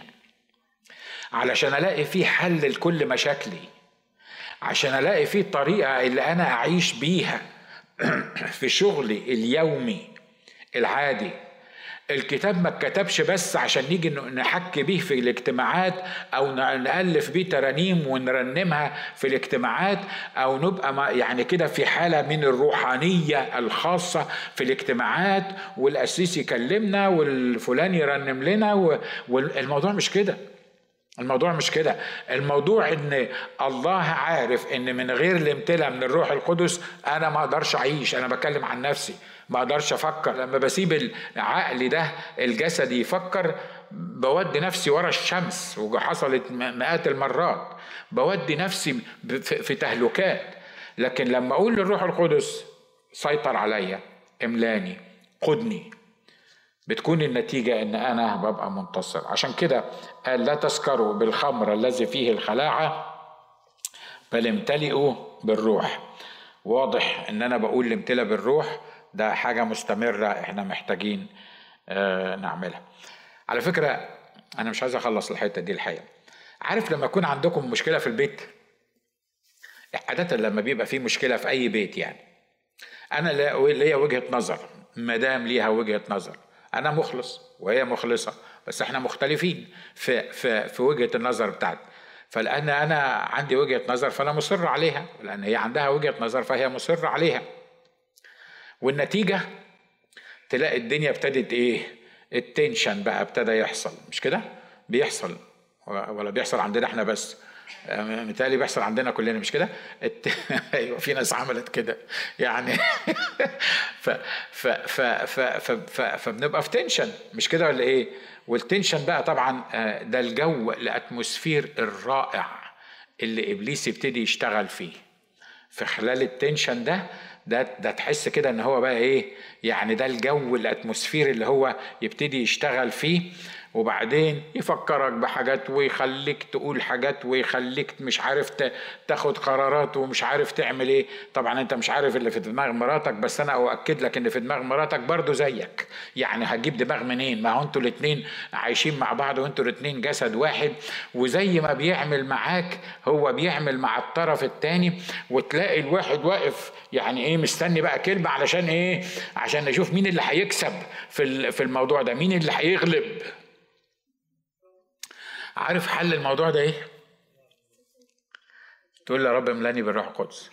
علشان الاقي فيه حل لكل مشاكلي، عشان الاقي فيه الطريقة اللي انا اعيش بيها في شغلي اليومي العادي. الكتاب ما اتكتبش بس عشان نيجي نحكي بيه في الاجتماعات او نألف بيه ترانيم ونرنمها في الاجتماعات او نبقى يعني كده في حالة من الروحانية الخاصة في الاجتماعات والقسيس يكلمنا والفلان يرنم لنا والموضوع مش كده. الموضوع مش كده. الموضوع ان الله عارف ان من غير الامتلاء من الروح القدس انا ما اقدرش اعيش. انا بتكلم عن نفسي، ما اقدرش افكر. لما بسيب العقل ده الجسدي يفكر بودي نفسي ورا الشمس، وحصلت مئات المرات، بودي نفسي في تهلكات. لكن لما اقول للروح القدس سيطر عليا، املاني، قدني، بتكون النتيجة ان انا ببقى منتصر. عشان كده قال لا تسكروا بالخمر الذي فيه الخلاعة بل امتلئوا بالروح. واضح ان انا بقول الامتلاء بالروح ده حاجة مستمرة احنا محتاجين نعملها. على فكرة انا مش عايز اخلص الحتة دي الحقيقة. عارف لما يكون عندكم مشكلة في البيت، عادة لما بيبقى في مشكلة في اي بيت، يعني انا ليا وجهة نظر، مدام ليها وجهة نظر، انا مخلص وهي مخلصة، بس احنا مختلفين في وجهة النظر بتاعتي. فلان انا عندي وجهة نظر فانا مصر عليها، لان هي عندها وجهة نظر فهي مصر عليها. والنتيجة تلاقي الدنيا ابتدت ايه؟ التنشن بقى ابتدى يحصل. مش كده؟ بيحصل ولا بيحصل عندنا احنا بس؟ متهيألي بيحصل عندنا كلنا، مش كده؟ ايوه في ناس عملت كده يعني فبنبقى في تنشن، مش كده ولا ايه؟ والتنشن بقى طبعا ده الجو الاتموسفير الرائع اللي ابليس يبتدي يشتغل فيه. في خلال التنشن ده تحس كده ان هو بقى ايه يعني، ده الجو الاتموسفير اللي هو يبتدي يشتغل فيه، وبعدين يفكرك بحاجات ويخليك تقول حاجات ويخليك مش عارف تاخد قرارات ومش عارف تعمل ايه. طبعا انت مش عارف اللي في دماغ مراتك، بس انا اؤكد لك ان في دماغ مراتك برضو زيك. يعني هتجيب دماغ منين؟ ما هو انتوا الاتنين عايشين مع بعض وانتوا الاتنين جسد واحد، وزي ما بيعمل معاك هو بيعمل مع الطرف التاني. وتلاقي الواحد واقف يعني ايه مستني بقى كلمة علشان ايه؟ عشان نشوف مين اللي هيكسب في الموضوع ده، مين اللي هيغلب. عارف حل الموضوع ده ايه؟ تقول لي يا رب املاني بالروح القدس.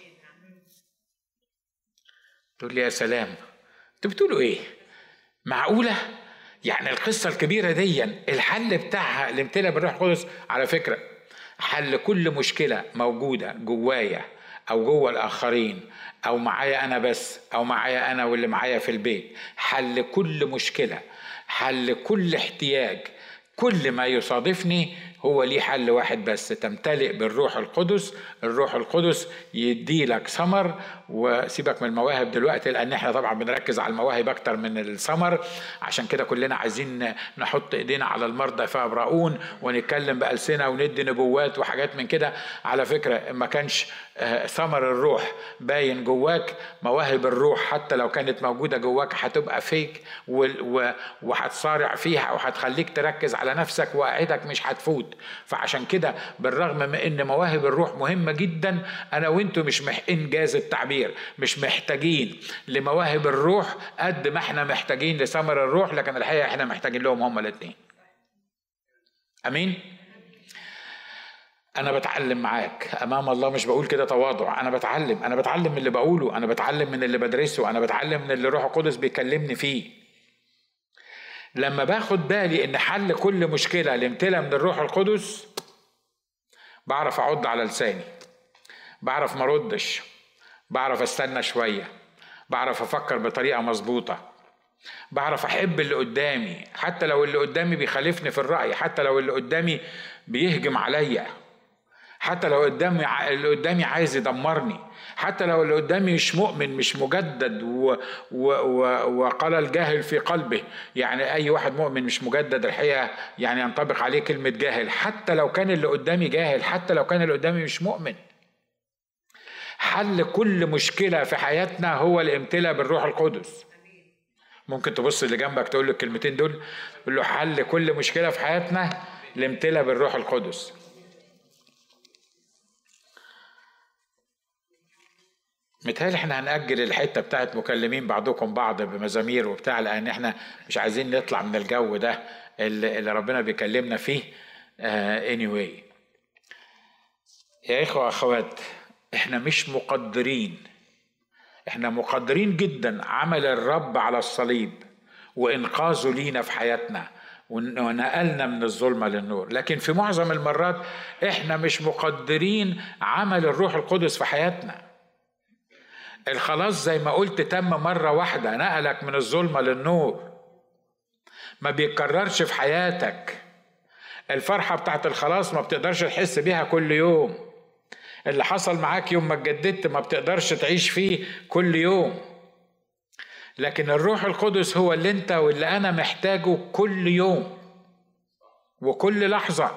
تقول لي يا سلام، انتوا بتقولوا ايه؟ معقولة؟ يعني القصة الكبيرة دي الحل بتاعها الامتلاء بالروح القدس؟ على فكرة حل كل مشكلة موجودة جوايا او جوا الاخرين او معايا انا بس او معايا انا واللي معايا في البيت، حل كل مشكلة، حل كل احتياج، كل ما يصادفني هو ليه حل واحد بس: تمتلئ بالروح القدس. الروح القدس يدي لك ثمر. وسيبك من المواهب دلوقتي، لان احنا طبعا بنركز على المواهب اكتر من الثمر، عشان كده كلنا عايزين نحط ايدينا على المرضى فيبرؤون ونتكلم بألسنة وندي نبوات وحاجات من كده. على فكرة ما كانش ثمر الروح باين جواك، مواهب الروح حتى لو كانت موجودة جواك هتبقى فيك وهتصارع فيها وهتخليك تركز على نفسك وقعدك مش هتفوت. فعشان كده بالرغم من ان مواهب الروح مهمة جدا، انا وانتو مش انجاز التعبير مش محتاجين لمواهب الروح قد ما احنا محتاجين لثمر الروح، لكن الحقيقة احنا محتاجين لهم هما الاثنين. امين. انا بتعلم معاك امام الله، مش بقول كده تواضع، انا بتعلم من اللي بقوله، انا بتعلم من اللي بدرسه، انا بتعلم من اللي الروح القدس بيكلمني فيه. لما باخد بالي ان حل كل مشكلة الامتلاء من الروح القدس، بعرف اعض على لساني، بعرف ما ردش، بعرف استنى شوية، بعرف افكر بطريقة مظبوطة، بعرف احب اللي قدامي حتى لو اللي قدامي بيخالفني في الرأي، حتى لو اللي قدامي بيهجم عليا، حتى لو اللي قدامي عايز يدمرني، حتى لو اللي قدامي مش مؤمن مش مجدد وقال الجاهل في قلبه، يعني اي واحد مؤمن مش مجدد الحقيقة يعني ينطبق عليه كلمة جاهل، حتى لو كان اللي قدامي جاهل، حتى لو كان اللي قدامي مش مؤمن. حل كل مشكلة في حياتنا هو الامتلاء بالروح القدس. ممكن تبص اللي جنبك تقول له الكلمتين دول، تقول له حل كل مشكلة في حياتنا الامتلاء بالروح القدس. متهيألي احنا هنأجل الحتة بتاعت مكلمين بعضكم بعض بمزامير وبتاع، لأن احنا مش عايزين نطلع من الجو ده اللي ربنا بيكلمنا فيه. anyway يا إخوة أخوات، احنا مش مقدرين، احنا مقدرين جدا عمل الرب على الصليب وإنقاذه لينا في حياتنا ونقلنا من الظلمة للنور، لكن في معظم المرات احنا مش مقدرين عمل الروح القدس في حياتنا. الخلاص زي ما قلت تم مرة واحدة، نقلك من الظلمة للنور، ما بيتكررش في حياتك. الفرحة بتاعت الخلاص ما بتقدرش تحس بيها كل يوم. اللي حصل معاك يوم ما اتجددت ما بتقدرش تعيش فيه كل يوم، لكن الروح القدس هو اللي انت واللي انا محتاجه كل يوم وكل لحظة.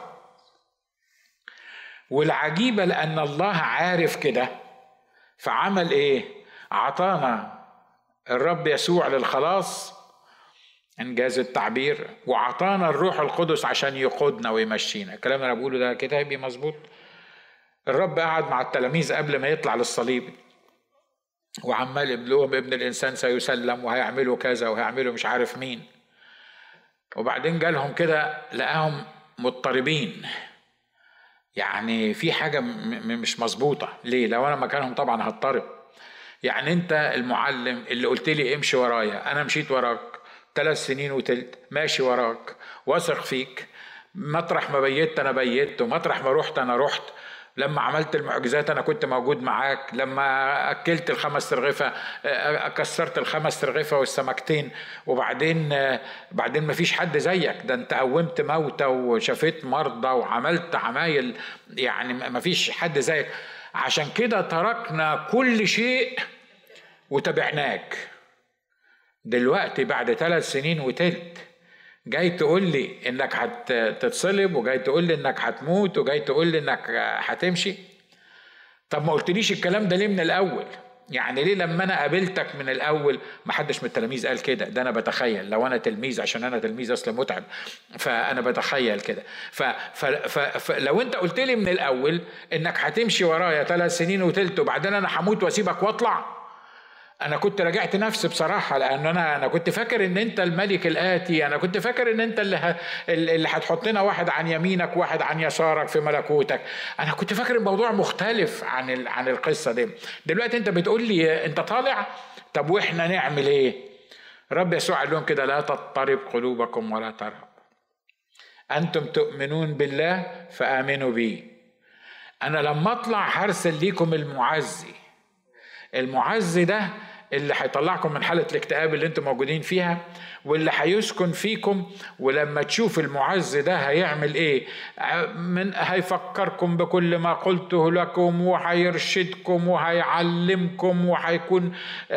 والعجيبة لأن الله عارف كده، فعمل ايه؟ عطانا الرب يسوع للخلاص انجاز التعبير، وعطانا الروح القدس عشان يقودنا ويمشينا. الكلام اللي انا بقوله ده كتابي مظبوط. الرب قعد مع التلاميذ قبل ما يطلع للصليب وعمال يقول لهم ابن الانسان سيسلم وهيعملوا كذا وهيعملوا مش عارف مين، وبعدين جالهم كده لقاهم مضطربين، يعني في حاجة مش مظبوطة. ليه؟ لو انا مكانهم طبعا هضطرب. يعني انت المعلم اللي قلت لي امشي ورايا، انا مشيت وراك 3 سنين وتلت، ماشي وراك واثق فيك، مطرح ما بيت انا بيت، ومطرح ما رحت انا رحت، لما عملت المعجزات انا كنت موجود معاك، لما اكلت ال5 ترغفة كسرت ال5 ترغفة والسمكتين، وبعدين ما فيش حد زيك، ده انت قومت موتى وشفيت مرضى وعملت عمايل، يعني ما فيش حد زيك. عشان كده تركنا كل شيء وتبعناك. دلوقتي بعد 3 سنين وتلت جاي تقول لي انك هتتصلب، وجاي تقول لي انك هتموت، وجاي تقول لي انك هتمشي؟ طب ما قلتليش الكلام ده ليه من الاول؟ يعني ليه لما انا قابلتك من الاول ما حدش من التلاميذ قال كده؟ ده انا بتخيل، لو انا تلميذ، عشان انا تلميذ اصلا متعب، فانا بتخيل كده. فلو انت قلت لي من الاول انك هتمشي ورايا 3 سنين وتلت وبعدين انا هموت واسيبك واطلع، انا كنت راجعت نفسي بصراحه، لان انا كنت فاكر ان انت الملك الاتي، انا كنت فاكر ان انت اللي هتحطنا واحد عن يمينك واحد عن يسارك في ملكوتك. انا كنت فاكر الموضوع مختلف عن القصه دي. دلوقتي انت بتقول لي انت طالع، طب واحنا نعمل ايه؟ رب يسوع قال لهم كده: لا تضطرب قلوبكم ولا ترهب، انتم تؤمنون بالله فامنوا بي. انا لما اطلع هرسل ليكم المعزي ده اللي هيطلعكم من حالة الاكتئاب اللي انتم موجودين فيها، واللي هيسكن فيكم. ولما تشوف المعزي ده هيعمل ايه؟ هيفكركم بكل ما قلته لكم، وهيرشدكم وهيعلمكم وهيكون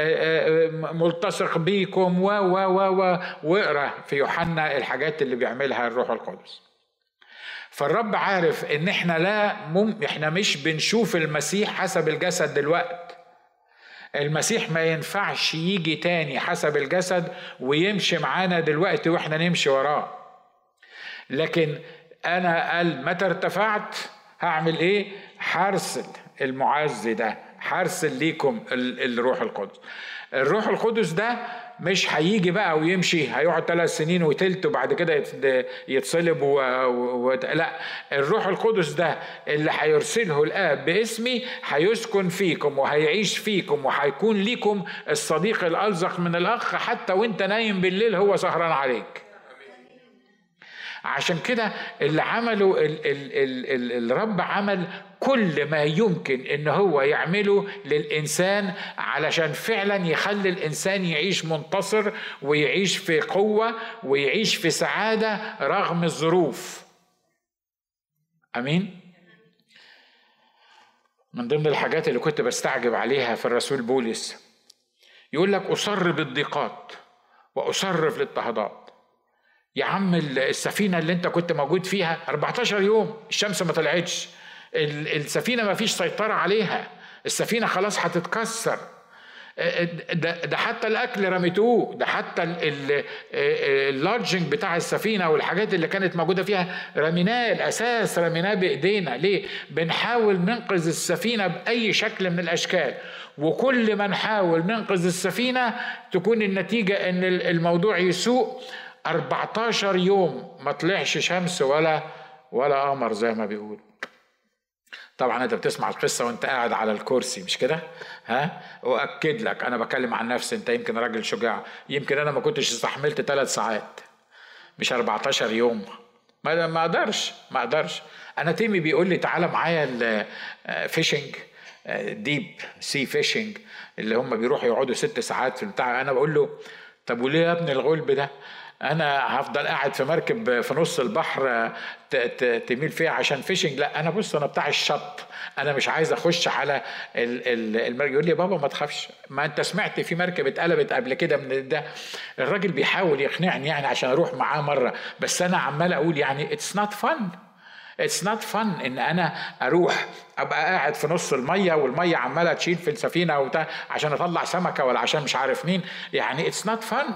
ملتصق بيكم واقرا في يوحنا الحاجات اللي بيعملها الروح القدس. فالرب عارف ان احنا مش بنشوف المسيح حسب الجسد دلوقتي. المسيح ما ينفعش يجي تاني حسب الجسد ويمشي معانا دلوقتي واحنا نمشي وراه. لكن انا قال متى ارتفعت هعمل ايه؟ هرسل المعزي ده، هرسل ليكم الروح القدس. الروح القدس ده مش هيجي بقى ويمشي، هيقعد 3 سنين وتلت وبعد كده يتصلب لا، الروح القدس ده اللي هيرسله الآب باسمي هيسكن فيكم وهيعيش فيكم وهيكون ليكم الصديق الألزق من الأخ، حتى وانت نايم بالليل هو سهران عليك. عشان كده اللي عمله الرب عمل كل ما يمكن ان هو يعمله للإنسان علشان فعلا يخلي الإنسان يعيش منتصر ويعيش في قوة ويعيش في سعادة رغم الظروف. أمين. من ضمن الحاجات اللي كنت بستعجب عليها في الرسول بولس، يقول لك أصر بالضيقات وأصر في الاضطهادات. يا عم السفينة اللي انت كنت موجود فيها 14 يوم الشمس ما طلعتش، السفينة ما فيش سيطرة عليها، السفينة خلاص هتتكسر، ده حتى الاكل رميتوه، ده حتى اللودجنج بتاع السفينه والحاجات اللي كانت موجوده فيها رميناه، الاساس رميناه بايدينا. ليه؟ بنحاول ننقذ السفينه باي شكل من الاشكال، وكل ما نحاول ننقذ السفينه تكون النتيجه ان الموضوع يسوء. 14 يوم ما طلعش شمس ولا قمر زي ما بيقول. طبعا انت بتسمع القصه وانت قاعد على الكرسي، مش كده؟ واكد لك، انا بكلم عن نفسي، انت يمكن راجل شجاع، يمكن انا ما كنتش استحملت 3 ساعات مش 14 يوم. ما اقدرش. انا تيمي بيقول لي تعالى معايا الفيشنج، ديب سي فيشنج، اللي هم بيروحوا يقعدوا 6 ساعات في البتاع. انا بقول له طب وليه يا ابني الغلب ده؟ انا هفضل قاعد في مركب في نص البحر تميل فيها عشان فيشنج؟ لا، انا بص، انا بتاع الشط، انا مش عايز اخش على المركب. يقول لي بابا ما تخافش، ما انت سمعت في مركب اتقلبت قبل كده من ده. الراجل بيحاول يقنعني يعني عشان اروح معاه مره، بس انا عمال اقول يعني it's not fun ان انا اروح ابقى قاعد في نص الميه والميه عماله تشيل في السفينه عشان اطلع سمكه ولا عشان مش عارف مين، يعني it's not fun.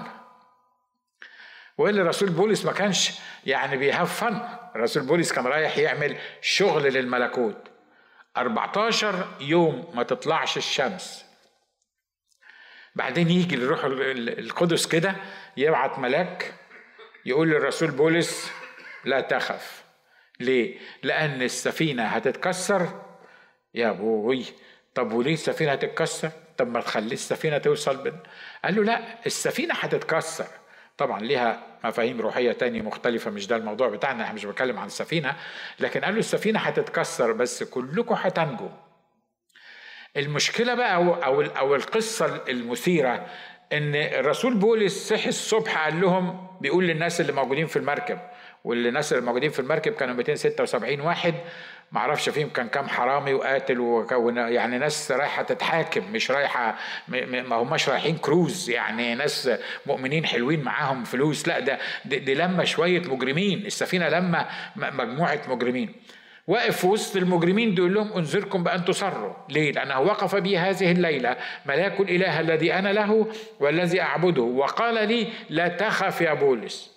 وإلا رسول بولس ما كانش يعني بيهاف فن، رسول بولس كان رايح يعمل شغل للملكوت. 14 يوم ما تطلعش الشمس، بعدين يجي الروح القدس كده يبعت ملاك يقول للرسول بولس لا تخف. ليه؟ لأن السفينة هتتكسر. يا ابوي، طب وليه السفينة هتتكسر؟ طب ما تخلي السفينة توصل قال له لا، السفينة هتتكسر. طبعا ليها مفاهيم روحية تانية مختلفة، مش ده الموضوع بتاعنا، احنا مش بتكلم عن السفينة، لكن قال له السفينة هتتكسر بس كلكم هتنجوا. المشكلة بقى أو القصة المثيرة ان الرسول بولس صحي الصبح قال لهم، بيقول للناس اللي موجودين في المركب، والناس اللي موجودين في المركب كانوا 276 واحد، معرفش فيهم كان كام حرامي وقاتل يعني ناس رايحة تتحاكم، مش رايحة، ما هماش رايحين كروز يعني ناس مؤمنين حلوين معاهم فلوس، لا دي لما شوية مجرمين، السفينة لما مجموعة مجرمين. واقف في وسط المجرمين دول لهم انذركم بأن تصروا. ليه؟ لأنه وقف بي هذه الليلة ملاك الإله الذي أنا له والذي أعبده وقال لي لا تخف يا بولس.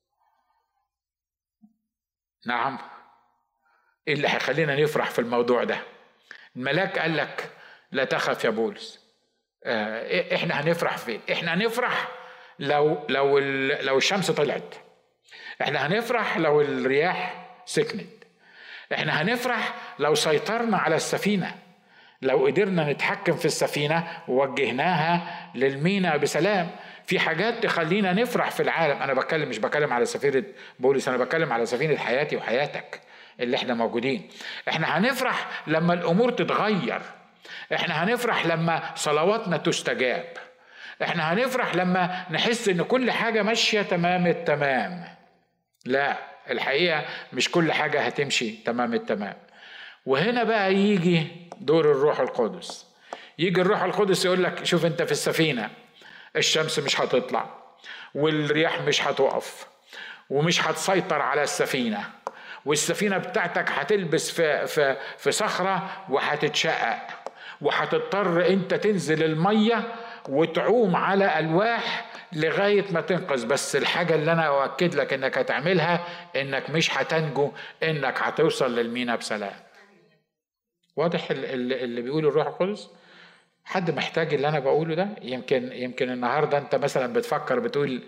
نعم، إيه اللي هيخلينا نفرح في الموضوع ده؟ الملاك قال لك لا تخف يا بولس. احنا هنفرح فين؟ احنا هنفرح لو الشمس طلعت، احنا هنفرح لو الرياح سكنت، احنا هنفرح لو سيطرنا على السفينة، لو قدرنا نتحكم في السفينة ووجهناها للميناء بسلام. في حاجات تخلينا نفرح في العالم. انا مش بكلم على سفينة بولس، انا بكلم على سفينة حياتي وحياتك اللي احنا موجودين. احنا هنفرح لما الامور تتغير، احنا هنفرح لما صلواتنا تستجاب، احنا هنفرح لما نحس ان كل حاجة ماشية تمام التمام. لا، الحقيقة مش كل حاجة هتمشي تمام التمام. وهنا بقى يجي دور الروح القدس. يجي الروح القدس يقول لك شوف انت في السفينة، الشمس مش هتطلع والرياح مش هتقف ومش هتسيطر على السفينة، والسفينة بتاعتك هتلبس في صخرة وهتتشقق، وهتضطر انت تنزل المية وتعوم على ألواح لغاية ما تنقذ. بس الحاجة اللي أنا أؤكد لك إنك هتعملها إنك مش هتنجو، إنك هتوصل للميناء بسلام. واضح اللي بيقول الروح القدس؟ حد محتاج اللي أنا بقوله ده؟ يمكن النهاردة أنت مثلا بتفكر بتقول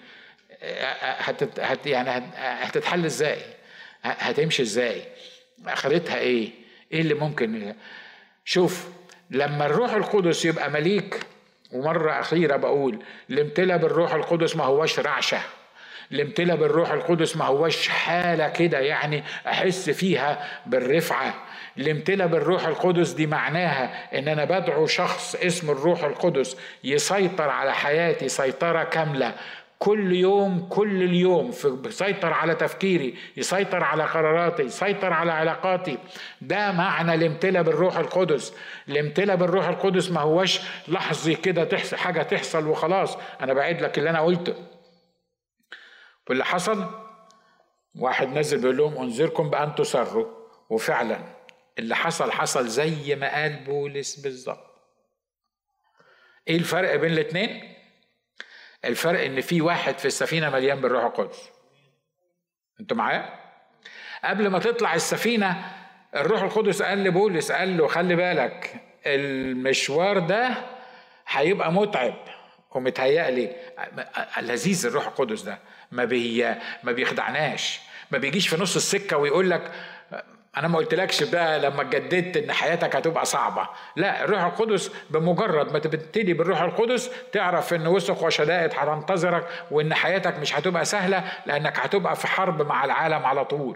يعني هتتحل إزاي؟ هتمشي إزاي؟ آخرتها إيه اللي ممكن؟ شوف، لما الروح القدس يبقى مليك، ومرة أخيرة بقول الامتلاء بالروح القدس ما هوش رعشة، الامتلاء بالروح القدس ما هوش حالة كده يعني أحس فيها بالرفعة. الامتلاء بالروح القدس دي معناها إن أنا بدعو شخص اسم الروح القدس يسيطر على حياتي سيطرة كاملة. كل يوم كل اليوم بيسيطر على تفكيري، يسيطر على قراراتي، يسيطر على علاقاتي. ده معنى الامتلاء بالروح القدس. الامتلاء بالروح القدس ما هوش لحظي كده تحصل حاجة تحصل وخلاص. أنا بعيد لك اللي أنا قلته. واللي حصل واحد نزل بيقول لهم أنذركم بأن تسروا، وفعلا اللي حصل زي ما قال بولس بالظبط. ايه الفرق بين الاثنين؟ الفرق ان في واحد في السفينة مليان بالروح القدس. انتوا معايا؟ قبل ما تطلع السفينة الروح القدس قال لبولس، قال له خلي بالك المشوار ده هيبقى متعب ومتهيألي لذيذ. الروح القدس ده ما بيخدعناش، ما بيجيش في نص السكة ويقول لك أنا ما قلتلكش بقى لما اتجددت إن حياتك هتبقى صعبة. لا، الروح القدس بمجرد ما تبتدي بالروح القدس تعرف إن وسخ وشدائد هتنتظرك، وإن حياتك مش هتبقى سهلة لأنك هتبقى في حرب مع العالم على طول.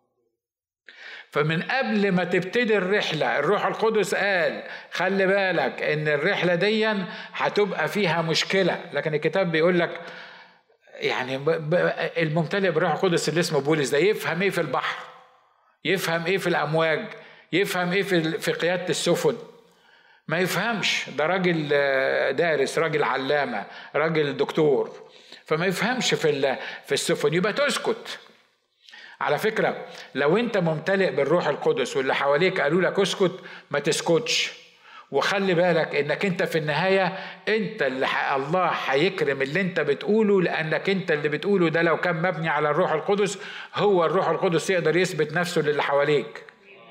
فمن قبل ما تبتدي الرحلة الروح القدس قال خلي بالك إن الرحلة دي هتبقى فيها مشكلة. لكن الكتاب بيقول لك يعني الممتلئ بالروح القدس اللي اسمه بولس ده يفهم إيه في البحر، يفهم ايه في الامواج، يفهم ايه في قيادة السفن. ما يفهمش، ده راجل دارس، راجل علامة، راجل دكتور، فما يفهمش في السفن. يبقى تسكت. على فكرة لو انت ممتلئ بالروح القدس واللي حواليك قالوا لك اسكت، ما تسكتش. وخلي بالك انك انت في النهاية انت اللي الله هيكرم اللي انت بتقوله، لانك انت اللي بتقوله ده لو كان مبني على الروح القدس، هو الروح القدس يقدر يثبت نفسه للي حواليك.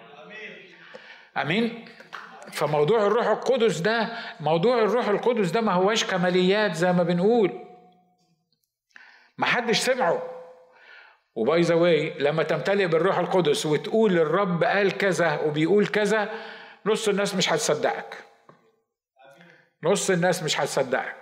امين. فموضوع الروح القدس ده ما هواش كماليات زي ما بنقول، ما حدش سمعه. وباي ذا واي لما تمتلئ بالروح القدس وتقول الرب قال كذا وبيقول كذا، نص الناس مش هتصدقك. نص الناس مش هتصدقك.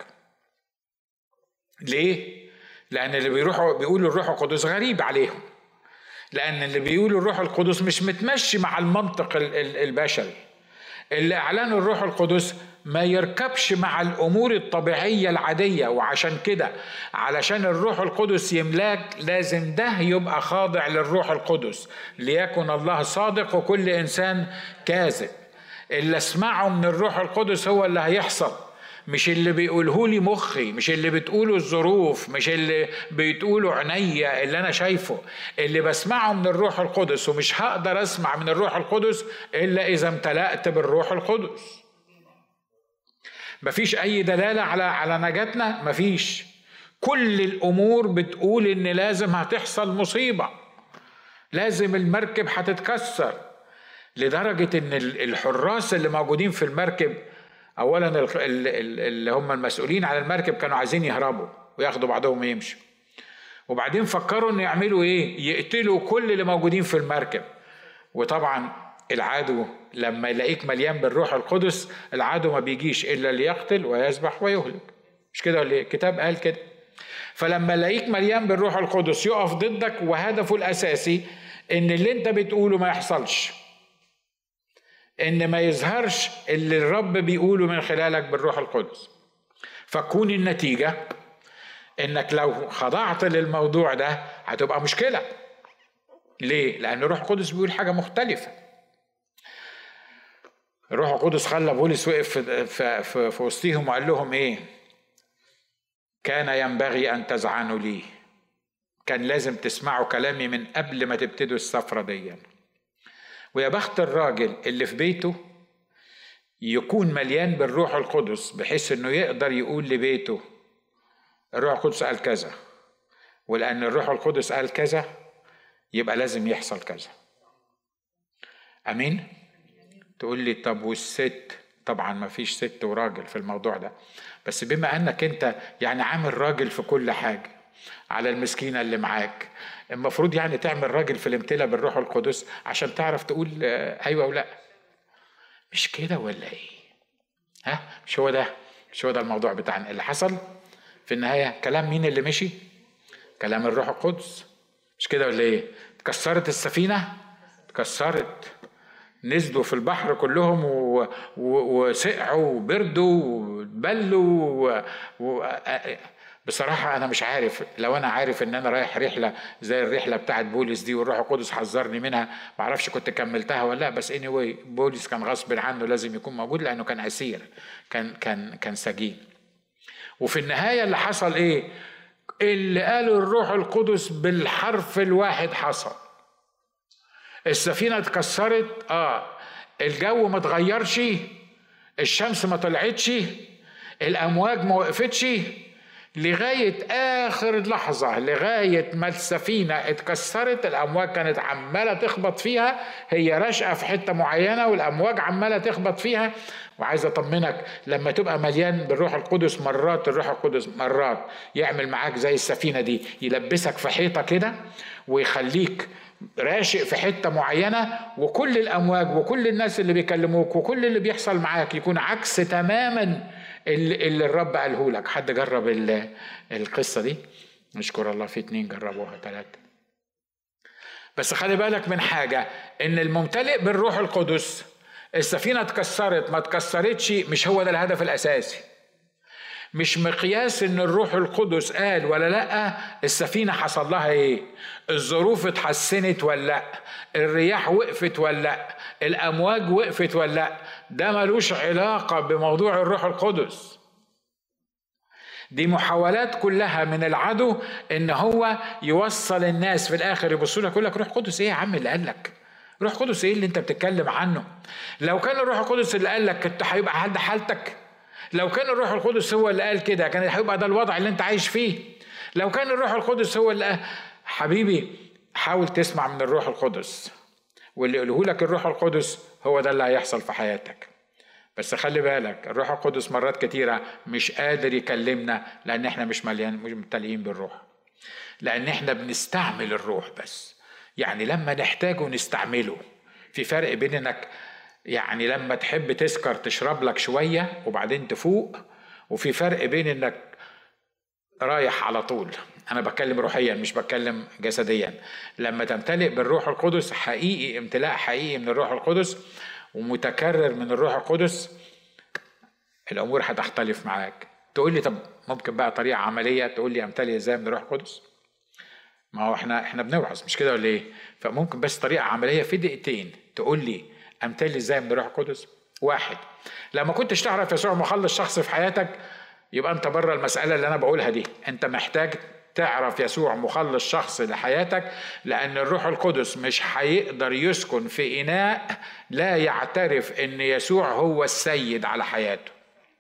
ليه؟ لأن اللي بيقولوا الروح القدس غريب عليهم، لأن اللي بيقولوا الروح القدس مش متمشي مع المنطق البشري. اللي أعلنوا الروح القدس ما يركبش مع الأمور الطبيعية العادية. وعشان كده علشان الروح القدس يملاك لازم ده يبقى خاضع للروح القدس. ليكن الله صادق وكل إنسان كاذب. اللي اسمعه من الروح القدس هو اللي هيحصل، مش اللي بيقوله لي مخي، مش اللي بتقوله الظروف، مش اللي بتقوله عينيا اللي انا شايفه. اللي بسمعه من الروح القدس. ومش هقدر اسمع من الروح القدس الا اذا امتلأت بالروح القدس. مفيش اي دلالة على نجاتنا، مفيش. كل الامور بتقول ان لازم هتحصل مصيبة، لازم المركب هتتكسر. لدرجة ان الحراس اللي موجودين في المركب اولا اللي هم المسؤولين على المركب كانوا عايزين يهربوا وياخدوا بعضهم ويمشوا، وبعدين فكروا ان يعملوا ايه، يقتلوا كل اللي موجودين في المركب. وطبعا العدو لما يلاقيك مليان بالروح القدس، العدو ما بيجيش الا ليقتل ويذبح ويهلك. مش كده ولا الكتاب قال كده؟ فلما يلاقيك مليان بالروح القدس يقف ضدك، وهدفه الاساسي ان اللي انت بتقوله ما يحصلش، ان ما يظهرش اللي الرب بيقوله من خلالك بالروح القدس. فكون النتيجة انك لو خضعت للموضوع ده هتبقى مشكلة. ليه؟ لان الروح القدس بيقول حاجة مختلفة. الروح القدس خلى بولس وقف في وسطهم وقال لهم ايه؟ كان ينبغي ان تذعنوا لي. كان لازم تسمعوا كلامي من قبل ما تبتدوا السفرة دي. ويا بخت الراجل اللي في بيته يكون مليان بالروح القدس بحيث انه يقدر يقول لبيته الروح القدس قال كذا، ولأن الروح القدس قال كذا يبقى لازم يحصل كذا. امين. تقول لي طب والست؟ طبعا ما فيش ست وراجل في الموضوع ده، بس بما انك انت يعني عامل راجل في كل حاجة على المسكينة اللي معاك، المفروض يعني تعمل راجل في الامتلاء بالروح القدس عشان تعرف تقول ايوه ولا. مش كده ولا ايه؟ ها؟ مش هو ده الموضوع بتاعنا اللي حصل في النهاية؟ كلام مين اللي مشي؟ كلام الروح القدس. مش كده ولا ايه؟ اتكسرت السفينة، اتكسرت، نزلوا في البحر كلهم وسقعوا وبردوا وبلوا بصراحة أنا مش عارف، لو أنا عارف إن أنا رايح رحلة زي الرحلة بتاعت بولس دي والروح القدس حذرني منها، معرفش كنت كملتها ولا لا. بس anyway بولس كان غصب عنه لازم يكون موجود لأنه كان أسير، كان سجين. وفي النهاية اللي حصل إيه؟ اللي قاله الروح القدس بالحرف الواحد حصل. السفينة اتكسرت، الجو ما اتغيرش، الشمس ما طلعتش، الأمواج ما وقفتش، لغاية آخر لحظة، لغاية ما السفينة اتكسرت. الأمواج كانت عمالة تخبط فيها، هي راشقة في حتة معينة والأمواج عمالة تخبط فيها. وعايز أطمنك، لما تبقى مليان بالروح القدس مرات الروح القدس مرات يعمل معاك زي السفينة دي، يلبسك في حيطة كده ويخليك راشق في حتة معينة، وكل الأمواج وكل الناس اللي بيكلموك وكل اللي بيحصل معاك يكون عكس تماما اللي الرب قاله لك. حد جرب القصة دي؟ نشكر الله في 2 جربوها 3. بس خلي بالك من حاجة، ان الممتلئ بالروح القدس السفينة اتكسرت ما اتكسرتش مش هو ده الهدف الأساسي. مش مقياس ان الروح القدس قال ولا لا السفينة حصل لها ايه، الظروف اتحسنت ولا لا، الرياح وقفت ولا لا، الامواج وقفت ولا لا. ده ملوش علاقة بموضوع الروح القدس. دي محاولات كلها من العدو ان هو يوصل الناس في الاخر يبصوا لك يقول لك روح قدس ايه يا عم اللي قال لك؟ روح قدس ايه اللي انت بتتكلم عنه؟ لو كان الروح القدس اللي قال لك كنت هيبقى ده حالتك. لو كان الروح القدس هو اللي قال كده كان هيبقى ده الوضع اللي انت عايش فيه. لو كان الروح القدس هو اللي قال. حبيبي حاول تسمع من الروح القدس، واللي يقوله لك الروح القدس هو ده اللي هيحصل في حياتك. بس خلي بالك الروح القدس مرات كتيرة مش قادر يكلمنا لأن احنا مش ممتلئين بالروح، لأن احنا بنستعمل الروح بس. يعني لما نحتاجه نستعمله. في فرق بين انك يعني لما تحب تسكر تشرب لك شوية وبعدين تفوق، وفي فرق بين انك رايح على طول. انا بتكلم روحيا مش بتكلم جسديا. لما تمتلئ بالروح القدس حقيقي، امتلاء حقيقي من الروح القدس ومتكرر من الروح القدس، الامور هتختلف معاك. تقول لي طب ممكن بقى طريقة عملية تقول لي امتلئ ازاي من الروح القدس؟ ما هو احنا بنوعظ مش كده ولا ايه؟ فممكن بس طريقة عملية في دقيقتين تقول لي امتلئ ازاي من الروح القدس. 1، لما كنتش تعرف يسوع مخلص شخص في حياتك يبقى انت بره المسألة اللي انا بقولها دي. انت محتاج تعرف يسوع مخلص شخص لحياتك، لأن الروح القدس مش هيقدر يسكن في إناء لا يعترف إن يسوع هو السيد على حياته.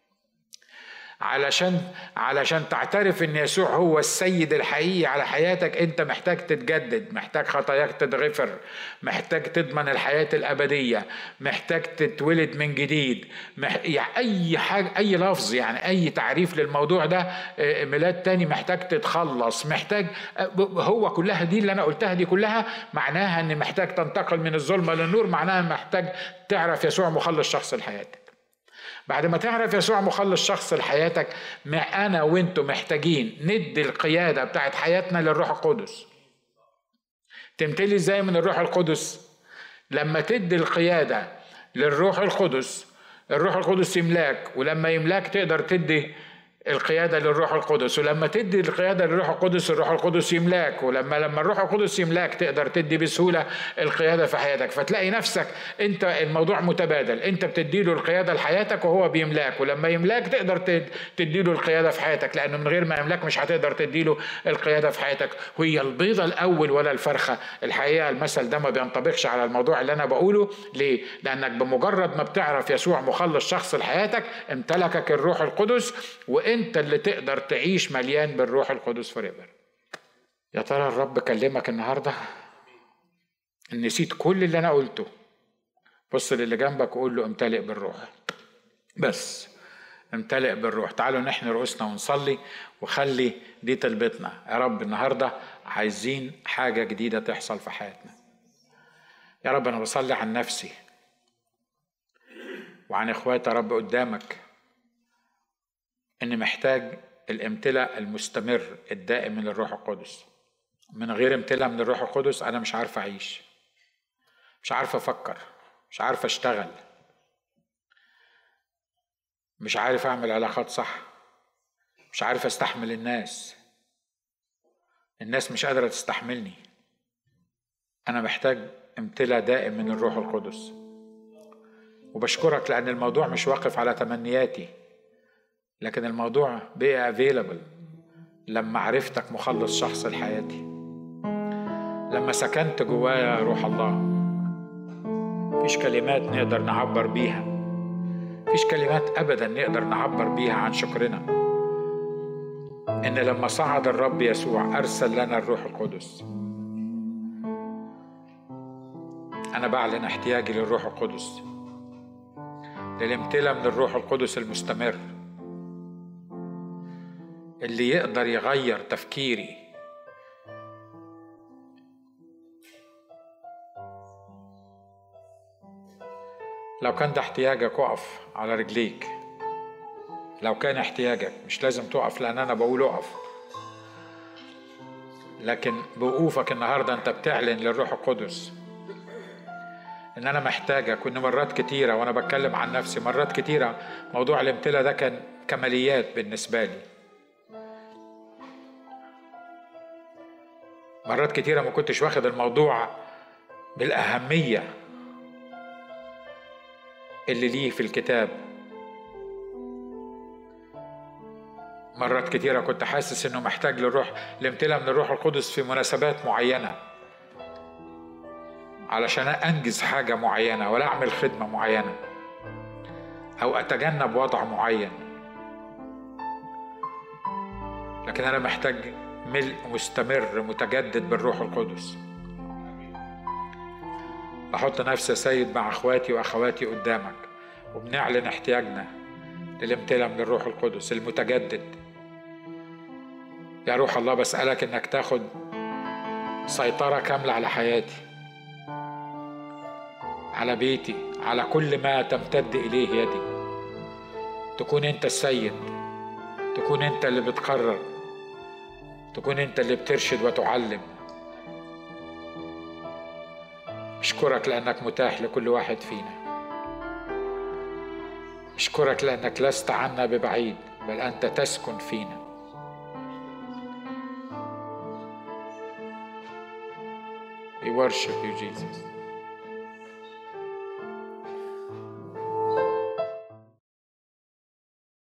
علشان تعترف ان يسوع هو السيد الحقيقي على حياتك انت محتاج تتجدد، محتاج خطاياك تتغفر، محتاج تضمن الحياة الأبدية، محتاج تتولد من جديد. يعني اي حاجة، اي لفظ، يعني اي تعريف للموضوع ده ميلاد تاني، محتاج تتخلص، محتاج هو كلها دي اللي انا قلتها دي كلها معناها ان محتاج تنتقل من الظلمة للنور، معناها محتاج تعرف يسوع مخلص شخص لحياتك. بعد ما تعرف يسوع مخلص شخص لحياتك، أنا وإنتوا محتاجين ندي القيادة بتاعت حياتنا للروح القدس. تمتلي إزاي من الروح القدس؟ لما تدي القيادة للروح القدس، الروح القدس يملاك، ولما يملاك تقدر تدي القيادة للروح القدس، ولما تدي القيادة للروح القدس الروح القدس يملاك، ولما الروح القدس يملاك تقدر تدي بسهولة القيادة في حياتك. فتلاقي نفسك انت الموضوع متبادل، انت بتديله القيادة لحياتك وهو بيملاك، ولما يملاك تقدر تديله القيادة في حياتك، لأنه من غير ما يملاك مش هتقدر تديله القيادة في حياتك. وهي البيضة الأول ولا الفرخة؟ الحقيقة المثل ده ما بينطبقش على الموضوع اللي أنا بقوله. ليه؟ لأنك بمجرد ما بتعرف يسوع مخلص شخص لحياتك امتلكك الروح القدس، وانت اللي تقدر تعيش مليان بالروح القدس forever. يا ترى الرب كلمك النهاردة؟ نسيت كل اللي انا قلته؟ بص للي جنبك وقول له امتلئ بالروح. بس امتلئ بالروح. تعالوا نحن رؤوسنا ونصلي وخلي دي طلبتنا. يا رب النهاردة عايزين حاجة جديدة تحصل في حياتنا. يا رب انا بصلي عن نفسي وعن اخواتي يا رب قدامك، إني محتاج الامتلاء المستمر الدائم من الروح القدس. من غير امتلاء من الروح القدس أنا مش عارف أعيش، مش عارف أفكر، مش عارف أشتغل، مش عارف أعمل علاقات صح، مش عارف استحمل الناس مش قادرة تستحملني. أنا محتاج امتلاء دائم من الروح القدس. وبشكرك لأن الموضوع مش واقف على تمنياتي، لكن الموضوع بقى available لما عرفتك مخلص شخص لحياتي، لما سكنت جوايا روح الله. مفيش كلمات نقدر نعبر بيها، مفيش كلمات أبدا نقدر نعبر بيها عن شكرنا إن لما صعد الرب يسوع أرسل لنا الروح القدس. أنا بعلن احتياجي للروح القدس، للامتلاء من الروح القدس المستمر اللي يقدر يغير تفكيري. لو كان ده احتياجك اقف على رجليك. لو كان احتياجك، مش لازم تقف لأن أنا بقول اقف، لكن بوقوفك النهاردة أنت بتعلن للروح القدس إن أنا محتاجك. وإن مرات كتيرة وأنا بتكلم عن نفسي، مرات كتيرة موضوع الامتلاء ده كان كماليات بالنسبة لي. مرات كتيرة ما كنتش واخد الموضوع بالأهمية اللي ليه في الكتاب. مرات كتيرة كنت حاسس إنه محتاج الامتلاء من الروح القدس في مناسبات معينة علشان أنجز حاجة معينة ولا أعمل خدمة معينة أو أتجنب وضع معين. لكن أنا محتاج ملء مستمر متجدد بالروح القدس. أحط نفسي سيد مع أخواتي وأخواتي قدامك، وبنعلن احتياجنا للامتلاء من الروح القدس المتجدد. يا روح الله بسألك إنك تاخد سيطرة كاملة على حياتي، على بيتي، على كل ما تمتد إليه يدي. تكون أنت السيد، تكون أنت اللي بتقرر، تكون أنت اللي بترشد وتعلم. أشكرك لأنك متاح لكل واحد فينا. أشكرك لأنك لست عنا ببعيد، بل أنت تسكن فينا. We worship you, Jesus.